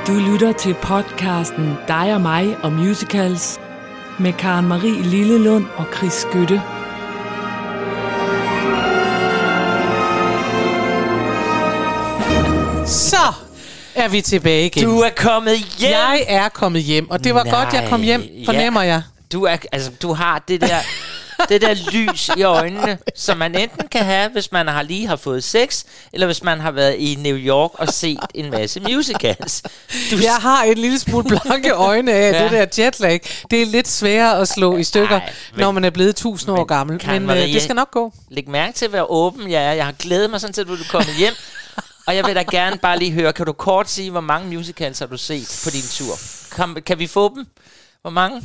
Du lytter til podcasten Dig og mig og musicals med Karen Marie Lillelund og Chris Skytte. Så er vi tilbage igen. Du er kommet hjem. Jeg er kommet hjem, og det var godt, jeg kom hjem, fornemmer jeg. Du har det der, det der lys i øjnene, som man enten kan have, hvis man lige har fået sex, eller hvis man har været i New York og set en masse musicals. Jeg har en lille smule blanke øjne af det der jetlag. Det er lidt sværere at slå i stykker, når man er blevet 1000 år gammel. Men det skal nok gå. Læg mærke til, hvor åben jeg er. Jeg har glædet mig sådan til, at du er kommet hjem. Og jeg vil da gerne bare lige høre, kan du kort sige, hvor mange musicals har du set på din tur? Kan vi få dem? Hvor mange?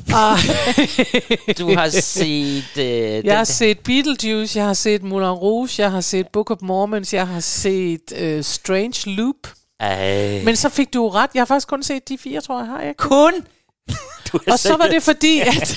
Du har set... jeg har set Beetlejuice, jeg har set Moulin Rouge, jeg har set Book of Mormons, jeg har set Strange Loop. Men så fik du ret. Jeg har faktisk kun set de 4, tror jeg, har jeg. Kun? Og så var det fordi, at...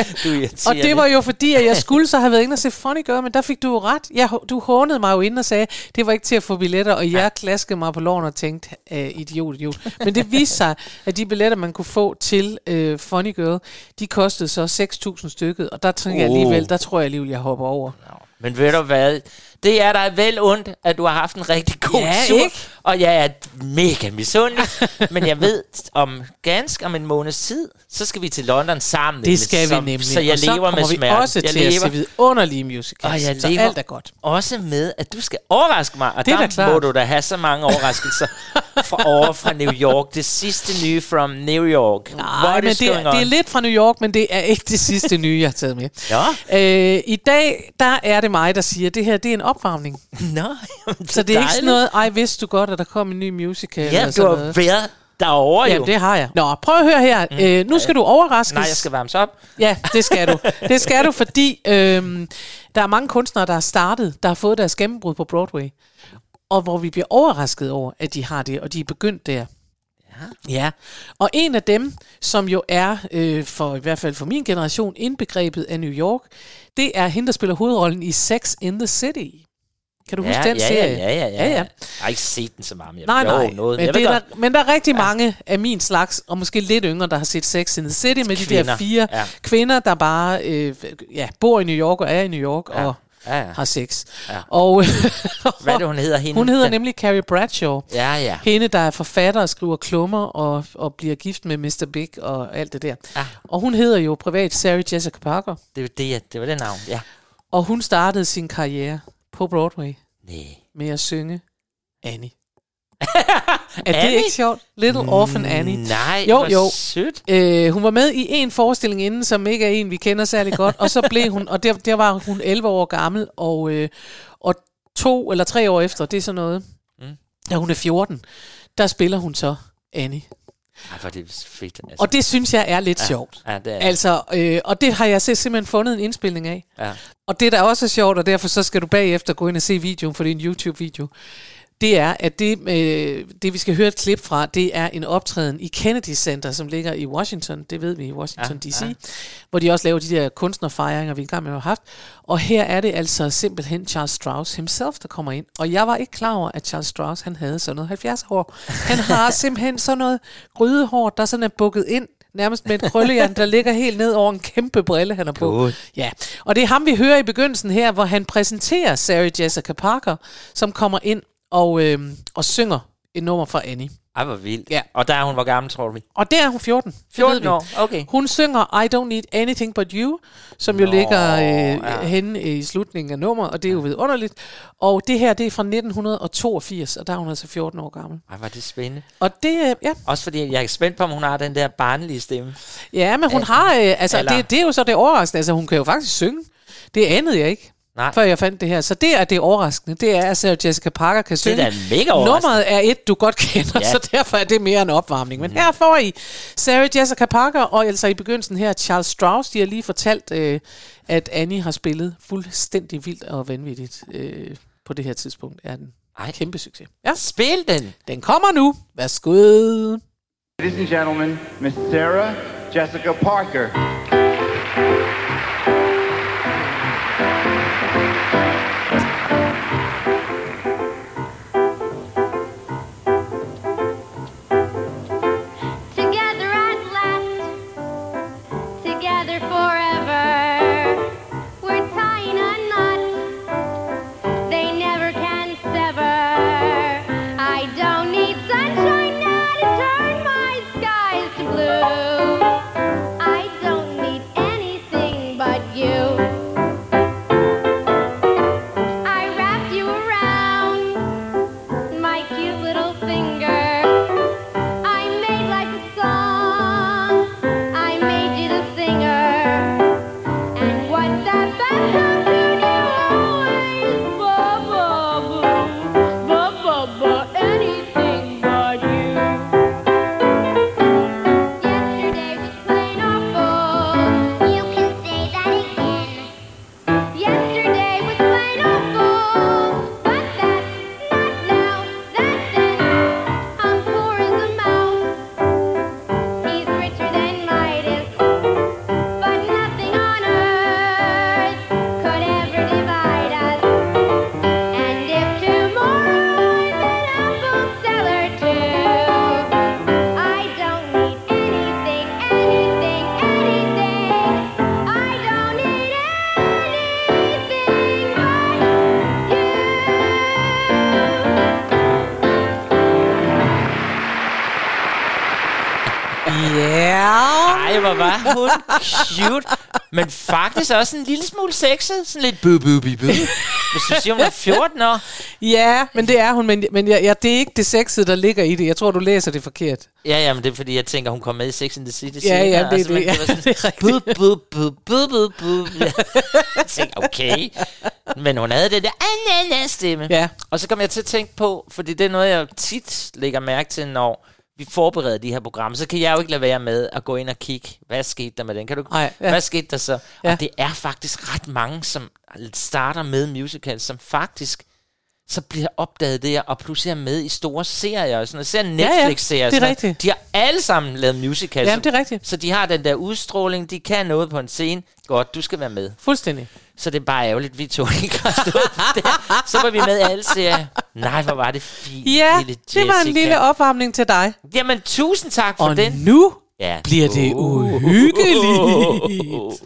og det var jo fordi, at jeg skulle så have været inde og se Funny Girl, men der fik du ret. Du hånede mig jo ind og sagde, det var ikke til at få billetter, og jeg klaskede mig på låren og tænkte, idiot. Men det viste sig, at de billetter, man kunne få til Funny Girl, de kostede så 6.000 stykket, og der tænkte jeg alligevel, der tror jeg alligevel, jeg hopper over. Men ved du hvad? Det er dig vel ondt, at du har haft en rigtig god tur. Ikke? Og jeg er mega misundelig. Men jeg ved, om en måneds tid, så skal vi til London sammen. Det skal vi nemlig. Så jeg lever med smerte. Og så kommer vi også til at se vidunderlige musicals. Så alt er godt. Også med, at du skal overraske mig. Og det der må du da have så mange overraskelser fra New York. Det sidste nye from New York. Nej, men det er lidt fra New York, men det er ikke det sidste nye, jeg har taget med. Ja. I dag, der er det mig, der siger, at det her, det er en opvarmning. Nå, så det er ikke sådan noget, vidste du godt, at der kom en ny musical. Ja, du har været derovre jo. Jamen, det har jeg. Nå, prøv at høre her. Nu skal du overraskes. Nej, jeg skal varmes op. Ja, det skal du. Det skal du, fordi der er mange kunstnere, der har fået deres gennembrud på Broadway. Og hvor vi bliver overrasket over, at de har det, og de er begyndt der. Ja, og en af dem, som jo er, i hvert fald for min generation, indbegrebet af New York, det er hende, der spiller hovedrollen i Sex and the City. Kan du huske den serie? Ja. Jeg har ikke set den så meget, men men der er rigtig mange af min slags, og måske lidt yngre, der har set Sex and the City, med de der 4 kvinder, der bare bor i New York og er i New York og har sex. Ja. Og hvad er det, hun hedder hende? Hun hedder nemlig Carrie Bradshaw. Ja. Hende, der er forfatter og skriver klummer og bliver gift med Mr. Big og alt det der. Ja. Og hun hedder jo privat Sarah Jessica Parker. Det var det navn, ja. Og hun startede sin karriere på Broadway med at synge Annie. Er det ikke sjovt? Little Orphan Annie. Nej, jo. Sødt. Hun var med i en forestilling inden, som ikke er en, vi kender særlig godt. Og så blev hun, og der var hun 11 år gammel, og 2 eller 3 år efter, det er sådan noget, da hun er 14, der spiller hun så Annie. Ej, for det er fedt. Altså. Og det synes jeg er lidt sjovt. Ja, det er. Altså, og det har jeg simpelthen fundet en indspilning af. Ja. Og det, der også er sjovt, og derfor så skal du bagefter gå ind og se videoen, for det er en YouTube-video, det er, at det vi skal høre et klip fra, det er en optræden i Kennedy Center, som ligger i Washington, det ved vi, i Washington D.C., hvor de også laver de der kunstnerfejringer, vi engang har haft. Og her er det altså simpelthen Charles Strauss himself, der kommer ind. Og jeg var ikke klar over, at Charles Strauss, han havde sådan noget 70-hår. Han har simpelthen sådan noget grydehår, der sådan er bukket ind, nærmest med et krøllejern, der ligger helt ned over en kæmpe brille, han har på. God. Ja, og det er ham, vi hører i begyndelsen her, hvor han præsenterer Sarah Jessica Parker, som kommer ind og synger et nummer fra Annie. Ej, hvor vildt. Ja. Og der er hun, hvor gammel, tror du? Og der er hun 14. 14 år, okay. Hun synger I Don't Need Anything But You, som jo ligger henne i slutningen af nummeret, og det er jo vidunderligt. Og det her, det er fra 1982, og der er hun altså 14 år gammel. Ej, var det spændende. Og det, også fordi jeg er spændt på, om hun har den der barnlige stemme. Ja, men hun har, det er jo så det overraskende. Altså, hun kan jo faktisk synge. Det anede jeg ikke. Nej. Før jeg fandt det her. Så det er det overraskende. Det er, at Sarah Jessica Parker kan synge. Det er mega overraskende. Nummeret er et, du godt kender, så derfor er det mere en opvarmning. Men her får I Sarah Jessica Parker, og altså i begyndelsen her Charles Strauss. De har lige fortalt, at Annie har spillet fuldstændig vildt og vanvittigt på det her tidspunkt. Er den kæmpe succes. Ja. Spil den! Den kommer nu. Værsgo. Ladies and gentlemen, Miss Sarah Jessica Parker. Ej, hvor var hun cute. Men faktisk også en lille smule sexet. Sådan lidt bu-bu-bu-bu. Hvis du siger, hun er 14 år. Ja, men det er hun. Men det er ikke det sexede, der ligger i det. Jeg tror, du læser det forkert. Ja, men det er fordi, jeg tænker, hun kom med i Sex and the City. Ja, det er det. Det var sådan, det er rigtigt. Bu-bu-bu-bu-bu. Jeg tænker, okay. Men hun havde det der stemme. Ja. Og så kom jeg til at tænke på, fordi det er noget, jeg tit lægger mærke til, når vi forbereder de her programmer, så kan jeg jo ikke lade være med at gå ind og kigge, hvad skete der med den? Kan du? Hvad skete der så? Ja. Og det er faktisk ret mange, som starter med musicals, som faktisk så bliver opdaget der, og pludselig er med i store serier og sådan noget. Ser Netflix-serier. Det er rigtigt. De har alle sammen lavet musicals. Ja, det er rigtigt. Så de har den der udstråling, de kan noget på en scene. Godt, du skal være med. Fuldstændig. Så det er bare ærgerligt, vi to ikke har stået der. Så var vi med i alle serier. Nej, hvor var det fint, ja, lille Jessica. Det var en lille opvarmning til dig. Jamen, tusind tak for og den. Og nu bliver det uhyggeligt.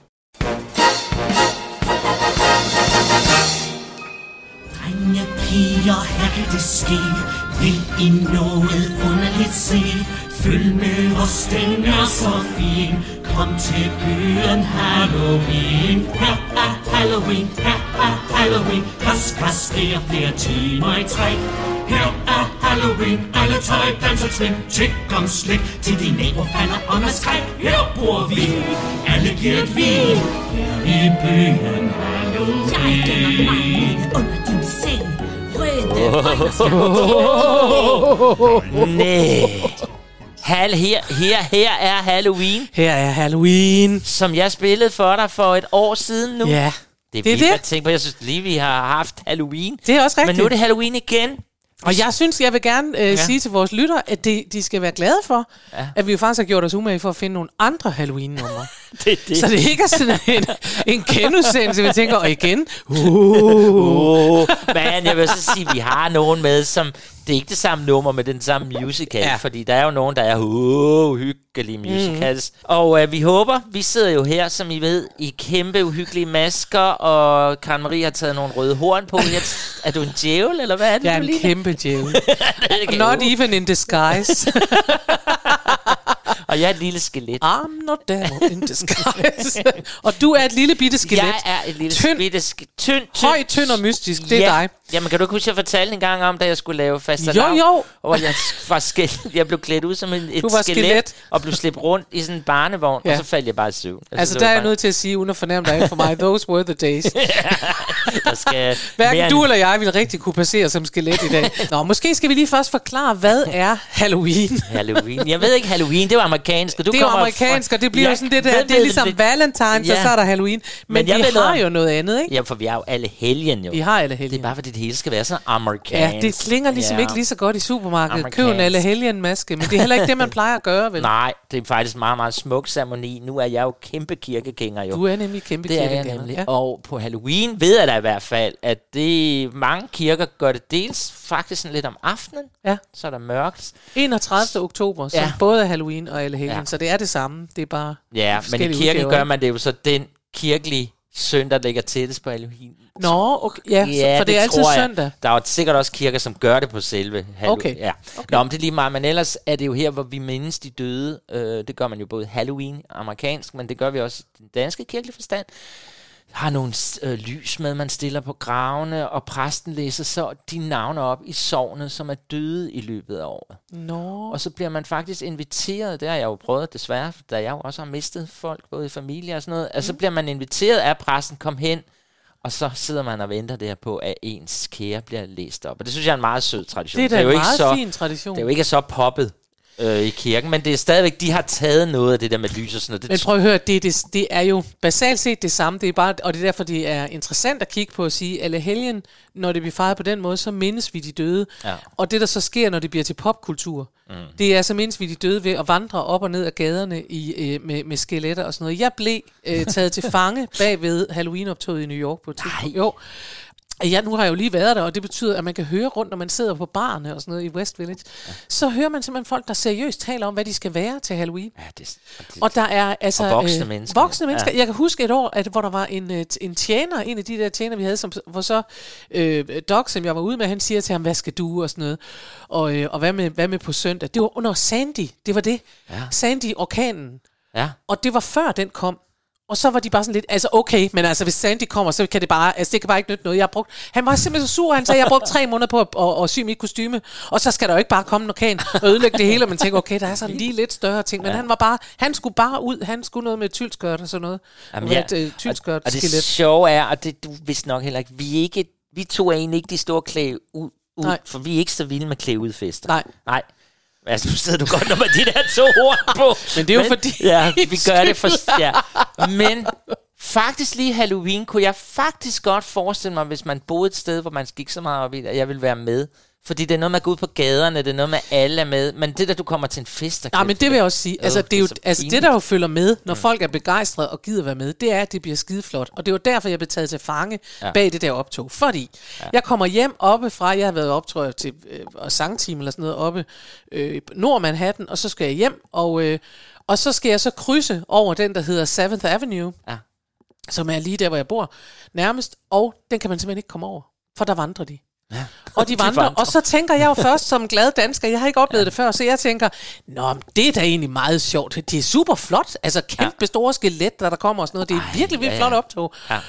Drenge, piger, her kan det ske. Vil I noget underligt se? Følg med os, den er så fin. Kom til byen Halloween. Her er Halloween, her er Halloween. Kras, kras, det er flere timer i træk. Her er Halloween, alle tøj, danser, trin. Tjek om slik, til de naboer falder under skræk. Her bor vi, alle giver et vin. Her i byen Halloween. Jeg gemmer mig under din seng. Nej. Her er Halloween. Her er Halloween. Som jeg spillede for dig for et år siden nu. Ja. Det er vildt at tænke på. Jeg synes lige, vi har haft Halloween. Det er også rigtigt. Men nu er det Halloween igen. Og jeg synes, jeg vil gerne sige til vores lytter, at de skal være glade for, at vi jo faktisk har gjort os umage for at finde nogle andre Halloween-numre. det. Så det ikke er sådan en genudsendelse, vi tænker, og igen. Men jeg vil så sige, at vi har nogen med, som det er ikke det samme nummer med den samme musical, fordi der er jo nogen, der er hyggelige musicals. Og vi håber, vi sidder jo her, som I ved, i kæmpe uhyggelige masker, og Karen Marie har taget nogle røde horn på. Er du en djævel, eller hvad er det? Jeg er en kæmpe djævel. Not even in disguise. Og jeg er et lille skelet. I'm not devil in disguise. Og du er et lille bitte skelet. Jeg er et lille bitte tynd. Høj, tynd og mystisk. Det er dig. Jamen, kan du huske, jeg fortalte en gang om, da jeg skulle lave fastelavn? Jo. Og jeg blev klædt ud som et skelet, og blev slæbt rundt i sådan en barnevogn, og så faldt jeg bare i søvn. Altså, der er jeg nødt til at sige, uden at fornærme dig for mig, those were the days. Hverken du eller jeg ville rigtig kunne passere som skelet i dag. Nå, måske skal vi lige først forklare, hvad er Halloween? Halloween. Jeg ved ikke, Halloween, det var amerikansk. Det er jo amerikansk, og det bliver jo sådan det der, det er ligesom Valentine, så er der Halloween. Men vi har jo noget andet, ikke? Ja, for vi er jo alle helgen jo. Vi har alle helgen. Det er bare fordi det hele skal være så amerikansk. Ja, det klinger ligesom ikke lige så godt i supermarkedet. Køb en alle helgen maske, men det er heller ikke det, man plejer at gøre, vel? Nej, det er faktisk meget, meget smuk ceremoni. Nu er jeg jo kæmpe kirkegænger jo. Du er nemlig kæmpe kirkegænger. Det er jeg nemlig. Ja. Og på Halloween ved jeg da i hvert fald, at mange kirker gør det dels faktisk sådan lidt om aftenen. Ja. Så er der mørkt. 31. oktober, som både er Halloween og alle helgen. Så det er det samme. Det er bare men i kirken gør man det jo så den kirkelige søndag, der ligger tættest på Halloween. Nå, okay. Ja, for det er altid søndag. Der er jo sikkert også kirker, som gør det på selve Halloween. Okay. Nå, men det er lige meget, men ellers er det jo her, hvor vi mindes de døde. Det gør man jo både Halloween amerikansk, men det gør vi også i den danske kirkelige forstand. Har nogle lys med, man stiller på gravene, og præsten læser så de navne op i sognet, som er døde i løbet af året. Nå. Og så bliver man faktisk inviteret, det har jeg jo prøvet desværre, da jeg jo også har mistet folk, både i familie og sådan noget, så bliver man inviteret af præsten, kom hen, og så sidder man og venter der på, at ens kære bliver læst op. Og det synes jeg er en meget sød tradition. Det er da en meget fin tradition. Det er jo ikke så poppet i kirken, men det er stadigvæk, de har taget noget af det der med lys og sådan noget. Men prøv at høre, det er jo basalt set det samme, det er bare, og det er derfor, det er interessant at kigge på at sige, alle helgen, når det bliver fejret på den måde, så mindes vi de døde. Ja. Og det, der så sker, når det bliver til popkultur, det er så mindes vi de døde ved at vandre op og ned ad gaderne med skeletter og sådan noget. Jeg blev taget til fange bagved Halloween-optoget i New York på et tidspunkt. Jo. Ja, nu har jeg jo lige været der, og det betyder, at man kan høre rundt, når man sidder på barne og sådan noget i West Village. Ja. Så hører man simpelthen folk, der seriøst taler om, hvad de skal være til Halloween. Ja, og der er altså og voksne mennesker. Ja. Jeg kan huske et år, hvor der var en tjener, en af de der tjener, vi havde, hvor så Doc, som jeg var ude med, han siger til ham, hvad skal du og sådan noget. Og hvad med på søndag? Det var under Sandy, det var det. Ja. Sandy, orkanen. Ja. Og det var før den kom. Og så var de bare sådan lidt, altså okay, men altså hvis Sandy kommer, så kan det bare, altså det kan bare ikke nytte noget. Han var simpelthen så sur, han sagde, jeg har brugt 3 måneder på at sy mit kostyme, og så skal der jo ikke bare komme en orkan og ødelægge det hele, og man tænker, okay, der er sådan lige lidt større ting, men han skulle bare ud, han skulle noget med et tylskørt og sådan noget. Jamen, et tylskørt og det sjove er, og det du vidste nok heller ikke, vi to er egentlig ikke de store klæde ud, for vi er ikke så vilde med klæde ud fester. Nej. Altså, nu sidder du godt med de der 2 ord på. Men det er jo fordi... Ja, vi gør det for... Ja. Men faktisk lige Halloween kunne jeg faktisk godt forestille mig, hvis man boede et sted, hvor man gik så meget op i, at jeg ville være med. Fordi det er noget med at gå ud på gaderne, det er noget med alle er med. Men det der, du kommer til en fest... Nej, men det vil jeg også sige. Altså, det er jo, det der jo følger med, når folk er begejstrede og gider være med, det er, at det bliver skideflot. Og det var derfor, jeg blev taget til fange bag det der optog. Fordi jeg kommer hjem oppe fra, jeg har været optrådt til sangteam eller sådan noget oppe nord Manhattan, og så skal jeg hjem, og så skal jeg så krydse over den, der hedder 7th Avenue, som er lige der, hvor jeg bor, nærmest, og den kan man simpelthen ikke komme over, for der vandrer de. Ja. Og de vandrer, og så tænker jeg jo først som glad dansker, jeg har ikke oplevet det før, så jeg tænker, det er da egentlig meget sjovt. Det er super flot, altså kæmpe store skelet, der kommer og sådan noget. Det er virkelig vildt flot optog.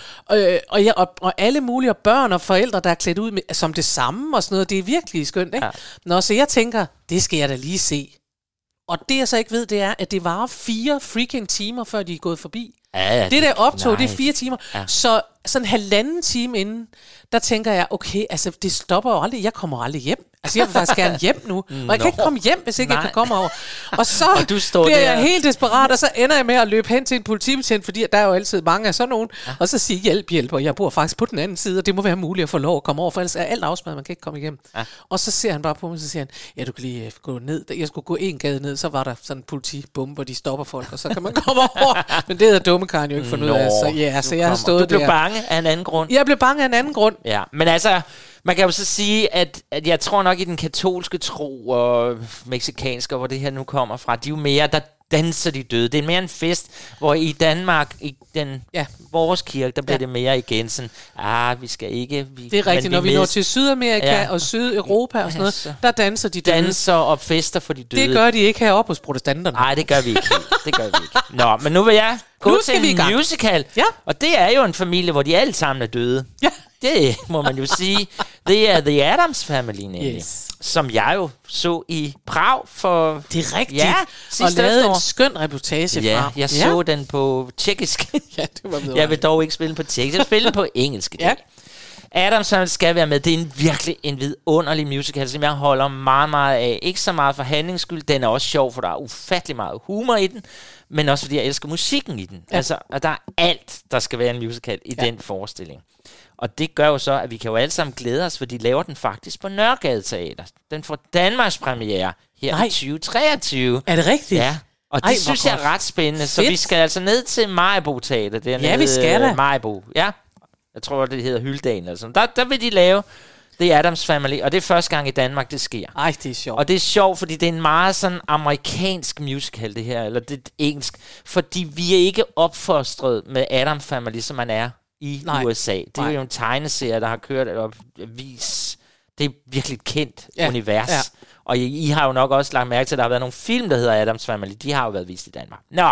Ja. Og alle mulige børn og forældre, der er klædt ud som det samme og sådan noget, det er virkelig skønt, ikke? Ja. Så jeg tænker, det skal jeg da lige se. Og det jeg så ikke ved, det er, at det varer 4 freaking timer, før de er gået forbi. Ja, det der optog, det er 4 timer. Ja. Så sådan 1,5 time inden, der tænker jeg, okay, altså det stopper jo aldrig. Jeg kommer aldrig hjem. Altså jeg vil faktisk gerne hjem nu. Og jeg kan ikke komme hjem, hvis ikke jeg kan komme over. Og så bliver jeg helt desperat, og så ender jeg med at løbe hen til en politibetjent, fordi der er jo altid mange af sådan nogen. Ja. Og så sige, hjælp, og jeg bor faktisk på den anden side, og det må være muligt at få lov at komme over, for ellers er alt afsmadret, man kan ikke komme igennem. Ja. Og så ser han bare på mig, og så siger han, ja, du kan lige gå ned. Jeg skulle gå 1 gade ned, så var der sådan en politibombe, hvor de stopper folk, og så kan man komme over. Men det havde dummekaren jo ikke fundet ud af. Så jeg har stået der. Du blev bange af en anden grund. Jeg blev bange af en anden grund. Ja, men altså, man kan jo så sige, at jeg tror nok i den katolske tro og mexikanske, hvor det her nu kommer fra, de er jo mere, der danser de døde. Det er mere en fest, hvor i Danmark, i den vores kirke, der bliver det mere igen sådan, vi skal ikke... Det er rigtigt, når vi når til Sydamerika og Sydeuropa og sådan noget, der danser de døde. Danser og fester for de døde. Det gør de ikke heroppe hos protestanterne. Nej, det gør vi ikke. Nå, men nu vil jeg gå til en musical, og det er jo en familie, hvor de alle sammen er døde. Ja. Det må man jo sige. Det er The Addams Family, nemlig. Yes. Som jeg jo så i Prag for... Det er rigtigt. Ja, og lavede en skøn reportage fra. Ja, jeg så den på tjekkisk. Ja, det var jeg vil dog ikke spille på tjekkisk. Jeg vil spille på engelsk. Ja. Addams Family skal være med. Det er virkelig en vidunderlig musical, som jeg holder meget, meget af. Ikke så meget for handlings skyld. Den er også sjov, for der er ufattelig meget humor i den. Men også fordi jeg elsker musikken i den. Ja. Altså, og der er alt, der skal være en musical i den forestilling. Og det gør jo så, at vi kan jo alle sammen glæde os, for de laver den faktisk på Nørregade Teater. Den får Danmarks premiere her i 2023. Er det rigtigt? Ja. Og det synes jeg er ret spændende. Fedt. Så vi skal altså ned til Maribo Teater. Ja, vi skal da. Maribo. Ja. Jeg tror, det hedder Hyldagen eller sådan. Der vil de lave The Addams Family, og det er første gang i Danmark, det sker. Ej, det er sjovt. Og det er sjovt, fordi det er en meget sådan amerikansk musical, det her, eller det er engelsk. Fordi vi er ikke opfostret med Addams Family, som man er i USA. Det er jo en tegneserie, der har kørt og vis. Det er virkelig et kendt univers. Ja. Og I har jo nok også lagt mærke til, at der har været nogle film, der hedder Addams Family. De har jo været vist i Danmark. Nå,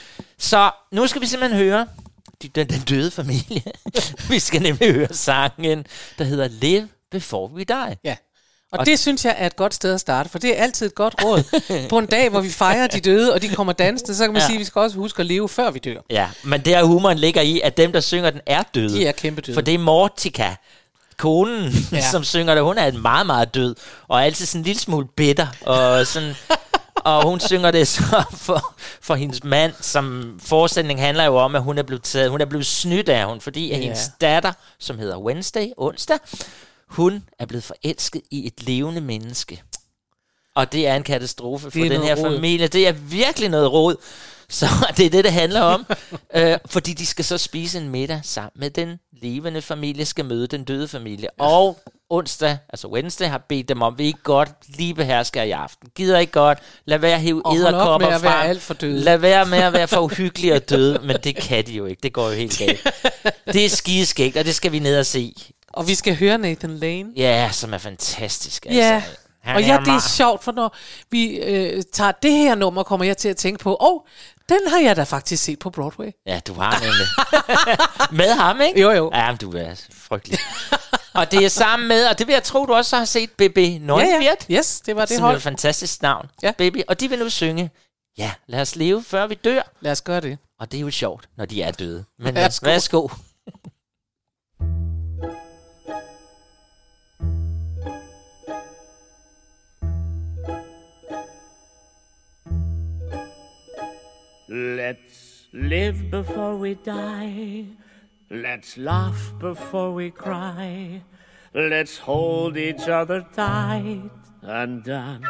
så nu skal vi simpelthen høre den døde familie. Vi skal nemlig høre sangen, der hedder Live Before We Die. Ja. Og det synes jeg er et godt sted at starte, for det er altid et godt råd. På en dag, hvor vi fejrer de døde, og de kommer dansende, så kan man sige, at vi skal også huske at leve, før vi dør. Ja, men der humoren ligger i, at dem, der synger den, er døde. De er kæmpe døde. For det er Mortica, konen, som synger det. Hun er meget, meget død, og altid sådan en lille smule bitter, og sådan... Og hun synger det så for hendes mand, som forestillingen handler jo om, at hun er blevet snydt af hun, fordi hendes datter, som hedder onsdag, hun er blevet forelsket i et levende menneske. Og det er en katastrofe for den her familie. Det er virkelig noget rod. Så det er det handler om. Fordi de skal så spise en middag sammen med den levende familie, skal møde den døde familie. Og Wednesday har bedt dem om, vi ikke godt lige behersker i aften. Gider ikke godt. Lad være at hive edderkopper fra. Lad være med at være for uhyggelig og døde. Men det kan de jo ikke. Det går jo helt galt. Det er skideskægt, og det skal vi ned og se. Og vi skal høre Nathan Lane. Ja, som er fantastisk. Ja, altså. Og det er sjovt, for når vi tager det her nummer, kommer jeg til at tænke på, Den har jeg da faktisk set på Broadway. Ja, du har nemlig. Med ham, ikke? Jo. Ja, men du er frygtelig. Og det er sammen med, og det vil jeg tro, du også har set, Bibi Nøgenvirt. Ja. Yes, det var det som hold. er et fantastisk navn. Ja. Bibi. Og de vil nu synge, ja, lad os leve, før vi dør. Lad os gøre det. Og det er jo sjovt, når de er døde. Men Værsgo. værsgo. Let's live before we die. Let's laugh before we cry. Let's hold each other tight and dance.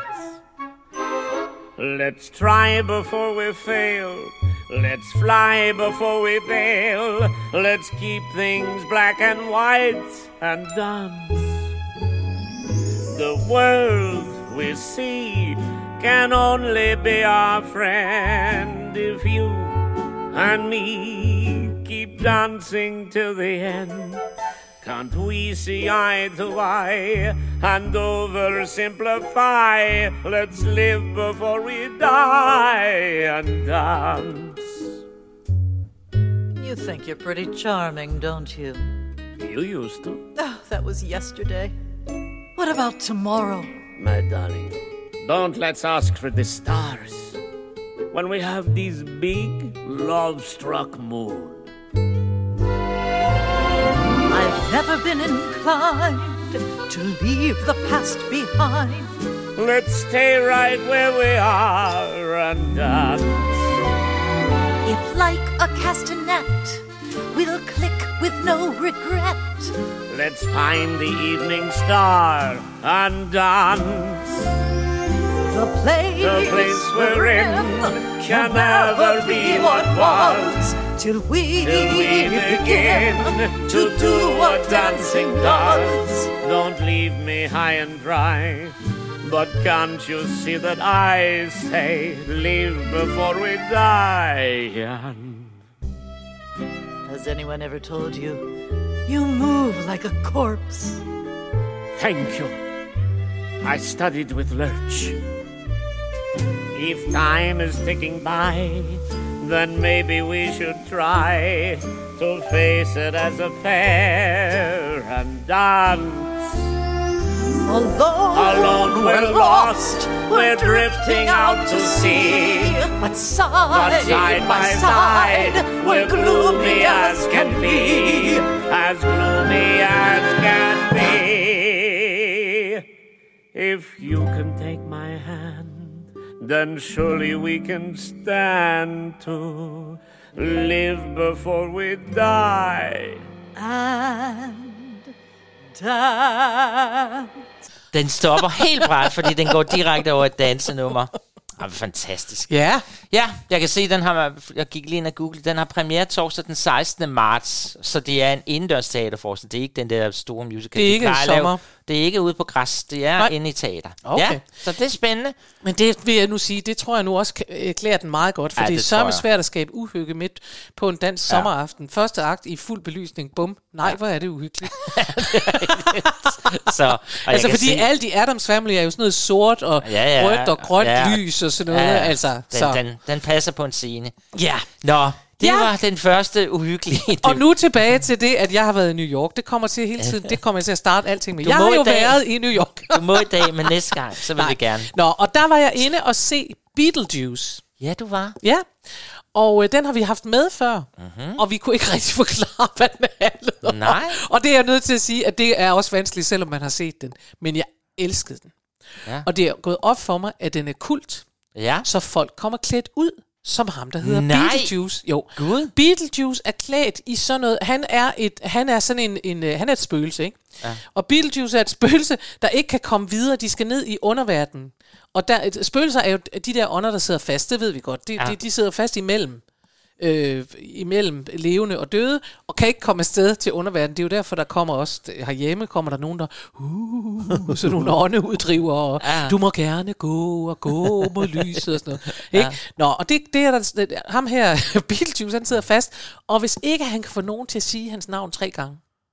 Let's try before we fail. Let's fly before we bail. Let's keep things black and white and dance. The world we see can only be our friend if you and me keep dancing till the end. Can't we see eye to eye and oversimplify? Let's live before we die and dance. You think you're pretty charming, don't you? You used to. Oh, that was yesterday. What about tomorrow? My darling, don't let's ask for the stars when we have this big love-struck moon. I've never been inclined to leave the past behind. Let's stay right where we are and dance. If like a castanet, we'll click with no regret. Let's find the evening star and dance. The place we're in can never be what was till we begin to do what dancing does. Don't leave me high and dry, but can't you see that I say live before we die? Has anyone ever told you you move like a corpse? Thank you. I studied with Lurch. If time is ticking by, then maybe we should try to face it as a pair and dance. Alone we're lost, we're drifting out to sea. But side by side, we're gloomy as can be, as gloomy as can be. If you can take my hand, then surely we can stand to live before we die. And dance. Den stopper helt bræt, fordi den går direkte over et dansenummer. Fantastisk. Ja. Ja, jeg kan se, den har, jeg gik lige ind og googlede, den har premiere torsdag den 16. marts, så det er en indendørs teaterforestilling. Det er ikke den der store musical. Det er ikke sommer. Det er ikke ude på græs, det er inde i teater. Okay. Ja, så det er spændende. Men det vil jeg nu sige, det tror jeg nu også klæder den meget godt, for det er så svært at skabe uhygge midt på en dansk sommeraften. Første akt i fuld belysning, bum. Nej, hvor er det uhyggeligt. Så, altså fordi alle de Addams Family er jo sådan noget sort og rødt og grønt lys og sådan noget. Altså, den passer på en scene. Ja. Nå, det var den første uhyggelige. Og nu tilbage til det, at jeg har været i New York. Det kommer til hele tiden. Det kommer til at starte alting med. Jeg har jo været i New York. Du må i dag, men næste gang, så vil vi gerne. Nå, og der var jeg inde og se Beetlejuice. Ja, du var. Ja, og den har vi haft med før. Mm-hmm. Og vi kunne ikke rigtig forklare, hvad den handlede om. Nej. Og det er jeg nødt til at sige, at det er også vanskeligt, selvom man har set den. Men jeg elskede den. Ja. Og det er gået op for mig, at den er kult. Ja. Så folk kommer klædt ud som ham, der hedder Beetlejuice. Jo, Gud. Beetlejuice er klædt i sådan noget. Han er sådan han er et spøgelse, ikke? Ja. Og Beetlejuice er et spøgelse, der ikke kan komme videre. De skal ned i underverdenen. Og spøgelser er jo de der ånder, der sidder fast. Det ved vi godt. De sidder fast imellem levende og døde, og kan ikke komme afsted til underverdenen. Det er jo derfor, der kommer også herhjemme, kommer der nogen, der så nogle åndeuddriver, og du må gerne gå mod lyset og sådan noget. Ikke? Nå, og det er der, ham her, Beetlejuice, han sidder fast, og hvis ikke han kan få nogen til at sige hans navn 3 gange,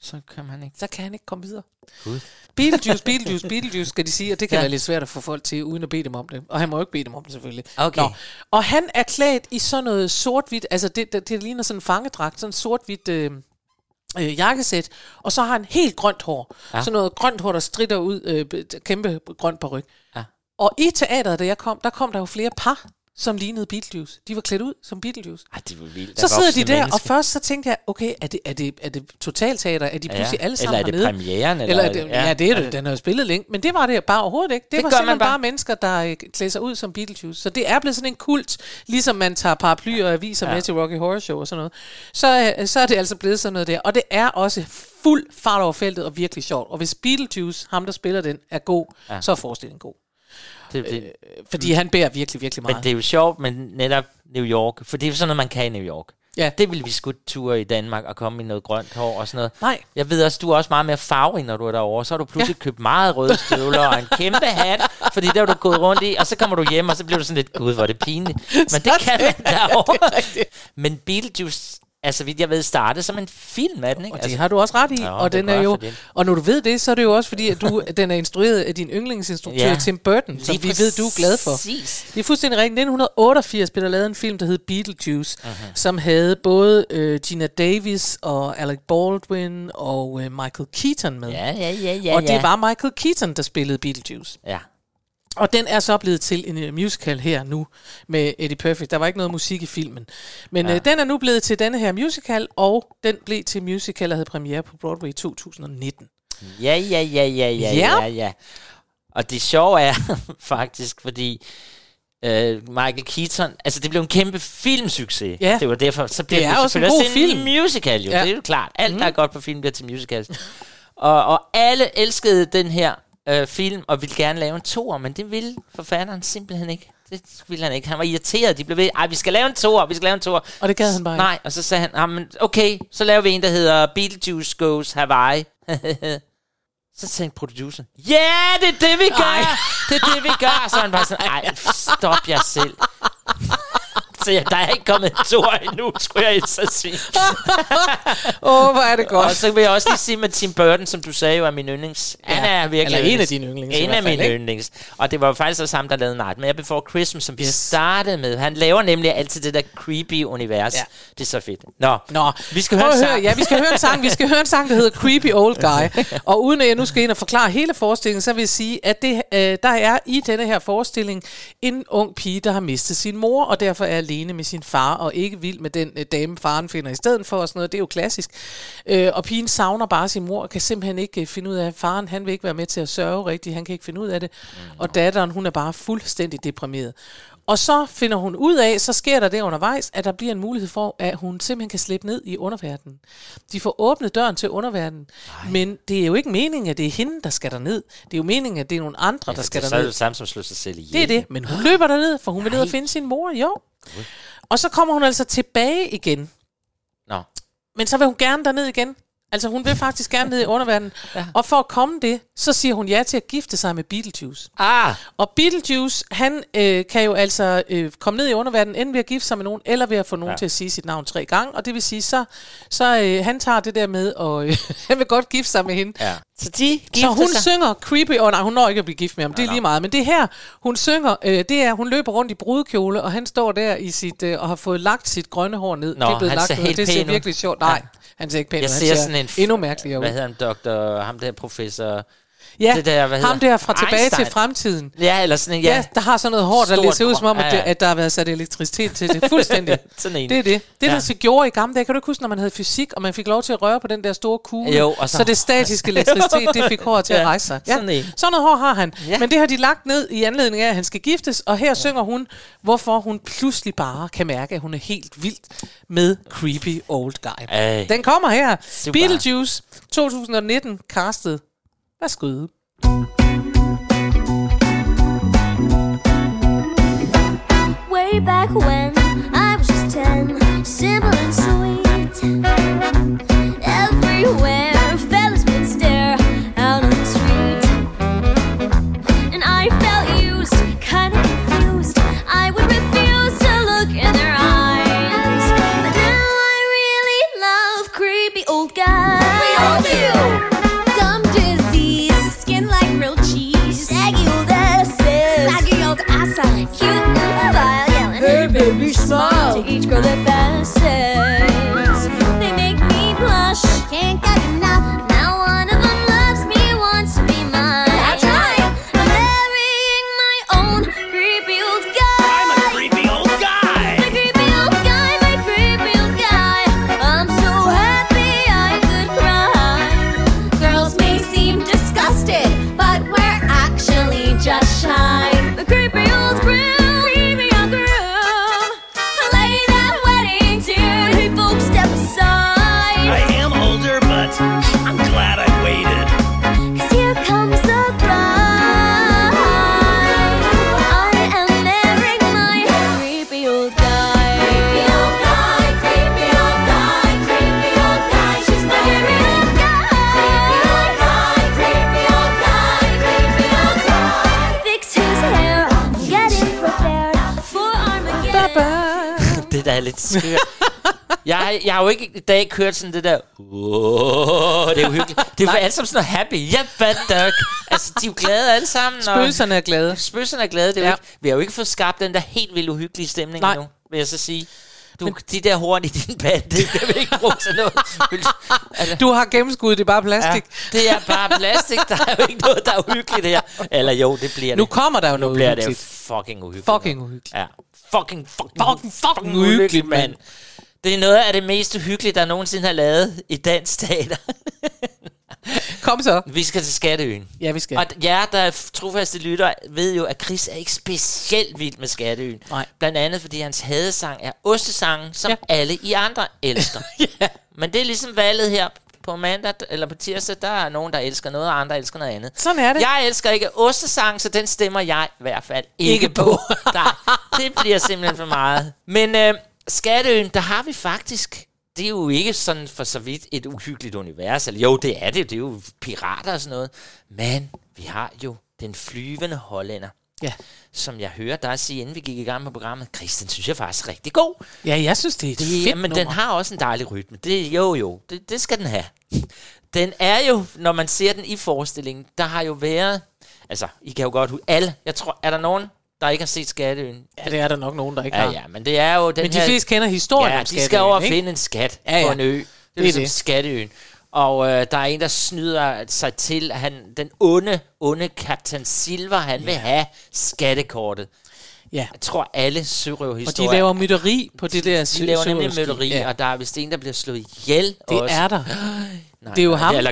Så kan han ikke komme videre. Gud. Beetlejuice, skal de sige, og det kan være lidt svært at få folk til, uden at bede dem om det. Og han må jo ikke bede dem om det, selvfølgelig. Okay. Nå. Og han er klædt i sådan noget sort-hvidt, altså det ligner sådan en fangedragt, sådan sort-hvidt jakkesæt, og så har han helt grønt hår. Ja. Sådan noget grønt hår, der stritter ud, kæmpe grønt paryk. Ja. Og i teateret, da jeg kom, der kom der jo flere par, som lignede Beetlejuice. De var klædt ud som Beetlejuice. Det var vildt. Så sidder de der, mennesker. Og først så tænkte jeg, okay, er det totalteater? Er de pludselig alle sammen hernede? Eller er det premieren? Det er det. Den har jo spillet længe. Men det var det bare overhovedet ikke. Det var simpelthen bare mennesker, der klæder sig ud som Beetlejuice. Så det er blevet sådan en kult, ligesom man tager paraplyer og aviser med til Rocky Horror Show og sådan noget. Så er det altså blevet sådan noget der. Og det er også fuld fart over feltet og virkelig sjovt. Og hvis Beetlejuice, ham der spiller den, er god, så er forestillingen god. Fordi han bærer virkelig, virkelig meget. Men det er jo sjovt, men netop New York, for det er jo sådan noget, man kan i New York. Ja. Det vil vi sgu ture i Danmark og komme i noget grønt hår og sådan noget. Nej. Jeg ved også, du er også meget mere farverig, når du er derovre. Så har du pludselig købt meget røde støvler og en kæmpe hat, fordi der er du gået rundt i, og så kommer du hjem, og så bliver du sådan lidt, gud, hvor er det pinligt. Men det kan man derovre. Men Beetlejuice, altså vidt jeg ved, startede som en film af den, ikke? Og det har du også ret i, og den er jo, og når du ved det, så er det jo også fordi, at den er instrueret af din yndlingsinstruktør Tim Burton, som vi ved, du er glad for. Det er fuldstændig rigtigt. I 1988 blev der lavet en film, der hed Beetlejuice, som havde både Gina Davis og Alec Baldwin og Michael Keaton med. Og det var Michael Keaton, der spillede Beetlejuice. Ja. Og den er så blevet til en musical her nu med Eddie Perfect. Der var ikke noget musik i filmen. Men den er nu blevet til denne her musical, og den blev til musical, der havde premiere på Broadway i 2019. Ja. Og det sjove er faktisk, fordi Michael Keaton, altså det blev en kæmpe filmsucces. Ja. Det var derfor, så blev det selvfølgelig også en musical jo. Ja. Det er jo klart. Alt, der er godt på film, bliver til musicals. og alle elskede den her film, og ville gerne lave en toer, men det ville forfatteren simpelthen ikke. Det ville han ikke. Han var irriteret. De blev ved, vi skal lave en toer. Og det gad han bare ikke. Nej, og så sagde han, okay, så laver vi en, der hedder Beetlejuice Goes Hawaii. Så tænkte producer, det er det, vi gør! Det er det, vi gør! Så han bare sådan, stop jer selv. Så der er ikke kommet en toer endnu, skulle jeg så sige. Hvor er det godt. Og så vil jeg også lige sige med Tim Burton, som du sagde jo er min yndlings. Han er virkelig eller en af dine yndlings. En af mine yndlings. Og det var faktisk også ham, der lavede Nightmare Before Christmas, som vi startede med. Han laver nemlig altid det der creepy univers. Ja. Det er så fedt. Nå. Vi skal høre en sang. Ja, vi skal høre en sang. Vi skal høre en sang, der hedder Creepy Old Guy. Og uden at jeg nu skal ind og forklare hele forestillingen, så vil jeg sige, at der er i denne her forestilling en ung pige, der har mistet sin mor, og derfor er alene med sin far, og ikke vild med den dame, faren finder i stedet for, og sådan noget. Det er jo klassisk. Og pigen savner bare sin mor, og kan simpelthen ikke finde ud af, faren, han vil ikke være med til at sørge rigtigt, han kan ikke finde ud af det. Og datteren, hun er bare fuldstændig deprimeret. Og så finder hun ud af, så sker der det undervejs, at der bliver en mulighed for, at hun simpelthen kan slippe ned i underverdenen. De får åbnet døren til underverdenen, men det er jo ikke meningen, at det er hende, der skal derned. Det er jo meningen, at det er nogle andre, der skal derned. Så er det samme som slår sig selv ihjel. Det er det, men hun løber derned, for hun vil ned og finde sin mor, jo. Og så kommer hun altså tilbage igen. Men så vil hun gerne derned igen. Altså hun vil faktisk gerne ned i underverdenen. Og for at komme det, så siger hun ja til at gifte sig med Beetlejuice. Og Beetlejuice, han kan jo altså komme ned i underverdenen, enten ved at gifte sig med nogen, eller ved at få nogen til at sige sit navn 3 gange. Og det vil sige, så han tager det der med, og han vil godt gifte sig med hende. Ja. Så hun synger Creepy, nej, hun når ikke at blive gift med ham, det er lige meget. Men det her, hun synger, det er, hun løber rundt i brudekjole, og han står der i sit, og har fået lagt sit grønne hår ned. Det er blevet lagt ud, det ser virkelig sjovt. Nej, han ser ikke pænt ud. Jeg ser sådan en endnu mærkeligere ud. Hvad hedder han, doktor, ham der professor... Ja, det der, ham der fra Tilbage Einstein. Til fremtiden. Ja, eller sådan en, der har sådan noget hår, der lige ser ud som om, at der har været sat elektricitet til det. Fuldstændig. Det er det. Det, der gjorde i gamle dage, kan du ikke huske, når man havde fysik, og man fik lov til at røre på den der store kugle, så det statiske elektricitet, det fik håret til at rejse sig. Ja. Sådan noget hår har han. Ja. Men det har de lagt ned i anledning af, at han skal giftes, og her synger hun, hvorfor hun pludselig bare kan mærke, at hun er helt vildt med Creepy Old Guy. Den kommer her. Super. Beetlejuice 2019 castet. Værsgo. Way back when I was just 10, simple and sweet. Everywhere fellas would stare out on the street, and I felt used, kind of confused. I would refuse to look in their eyes, but now I really love creepy old guys. der er lidt skørt. Jeg har jo ikke i dag kørt sådan det der, det er uhyggeligt. Det er jo alt som sådan noget happy. Dog. Altså, de er jo glade alle sammen. Spøgelserne er glade. Spøgelserne er glade. Det er ikke, vi har jo ikke fået skabt den der helt vildt uhyggelige stemning endnu, vil jeg så sige. De der horn i din band, det kan vi ikke bruge til noget. Altså, du har gennemskuddet, det er bare plastik. Ja, det er bare plastik, der er jo ikke noget, der er uhyggeligt her. Eller jo, det bliver det. Nu kommer der jo noget uhyggeligt. Nu bliver det fucking uhyggeligt. Fucking uhyggeligt. Ja, fucking uhyggeligt, mand. Det er noget af det mest uhyggelige, der nogensinde har lavet i dansk teater. Kom så. Vi skal til Skatteøen. Ja, vi skal. Og jer, der er trofaste lytter, ved jo, at Chris er ikke specielt vild med Skatteøen. Nej. Blandt andet, fordi hans hadesang er ostesangen, som alle I andre elsker. Ja. Men det er ligesom valget her på mandag eller på tirsdag. Der er nogen, der elsker noget, og andre elsker noget andet. Sådan er det. Jeg elsker ikke ostesang, så den stemmer jeg i hvert fald ikke på. Nej, det bliver simpelthen for meget. Men Skatteøen, der har vi faktisk... Det er jo ikke sådan for så vidt et uhyggeligt univers. Eller jo, det er det. Det er jo pirater og sådan noget. Men vi har jo den flyvende hollænder. Ja. Som jeg hører dig sige, inden vi gik i gang med programmet. Chris, den synes jeg faktisk er rigtig god. Ja, jeg synes, det er et fedt men nummer. den har også en dejlig rytme. Det skal den have. Den er jo, når man ser den i forestillingen, der har jo været... Altså, I kan jo godt... jeg tror, er der nogen... der ikke har set Skatteøen? Ja, det er der nok nogen, der ikke har. Ja, men det er jo den men de fleste kender historien om Skatteøen. Ja, de skal over og finde en skat på en ø. Det er ligesom Skatteøen. Og der er en, der snyder sig til, at den onde kaptajn Silver, han vil have skattekortet. Ja. Jeg tror, alle sørøverhistorier... Og de laver mytteri på det der De laver nemlig mytteri, og der er vist en, der bliver slået ihjel. Det også. Er der. Nej, det er jo ham. Eller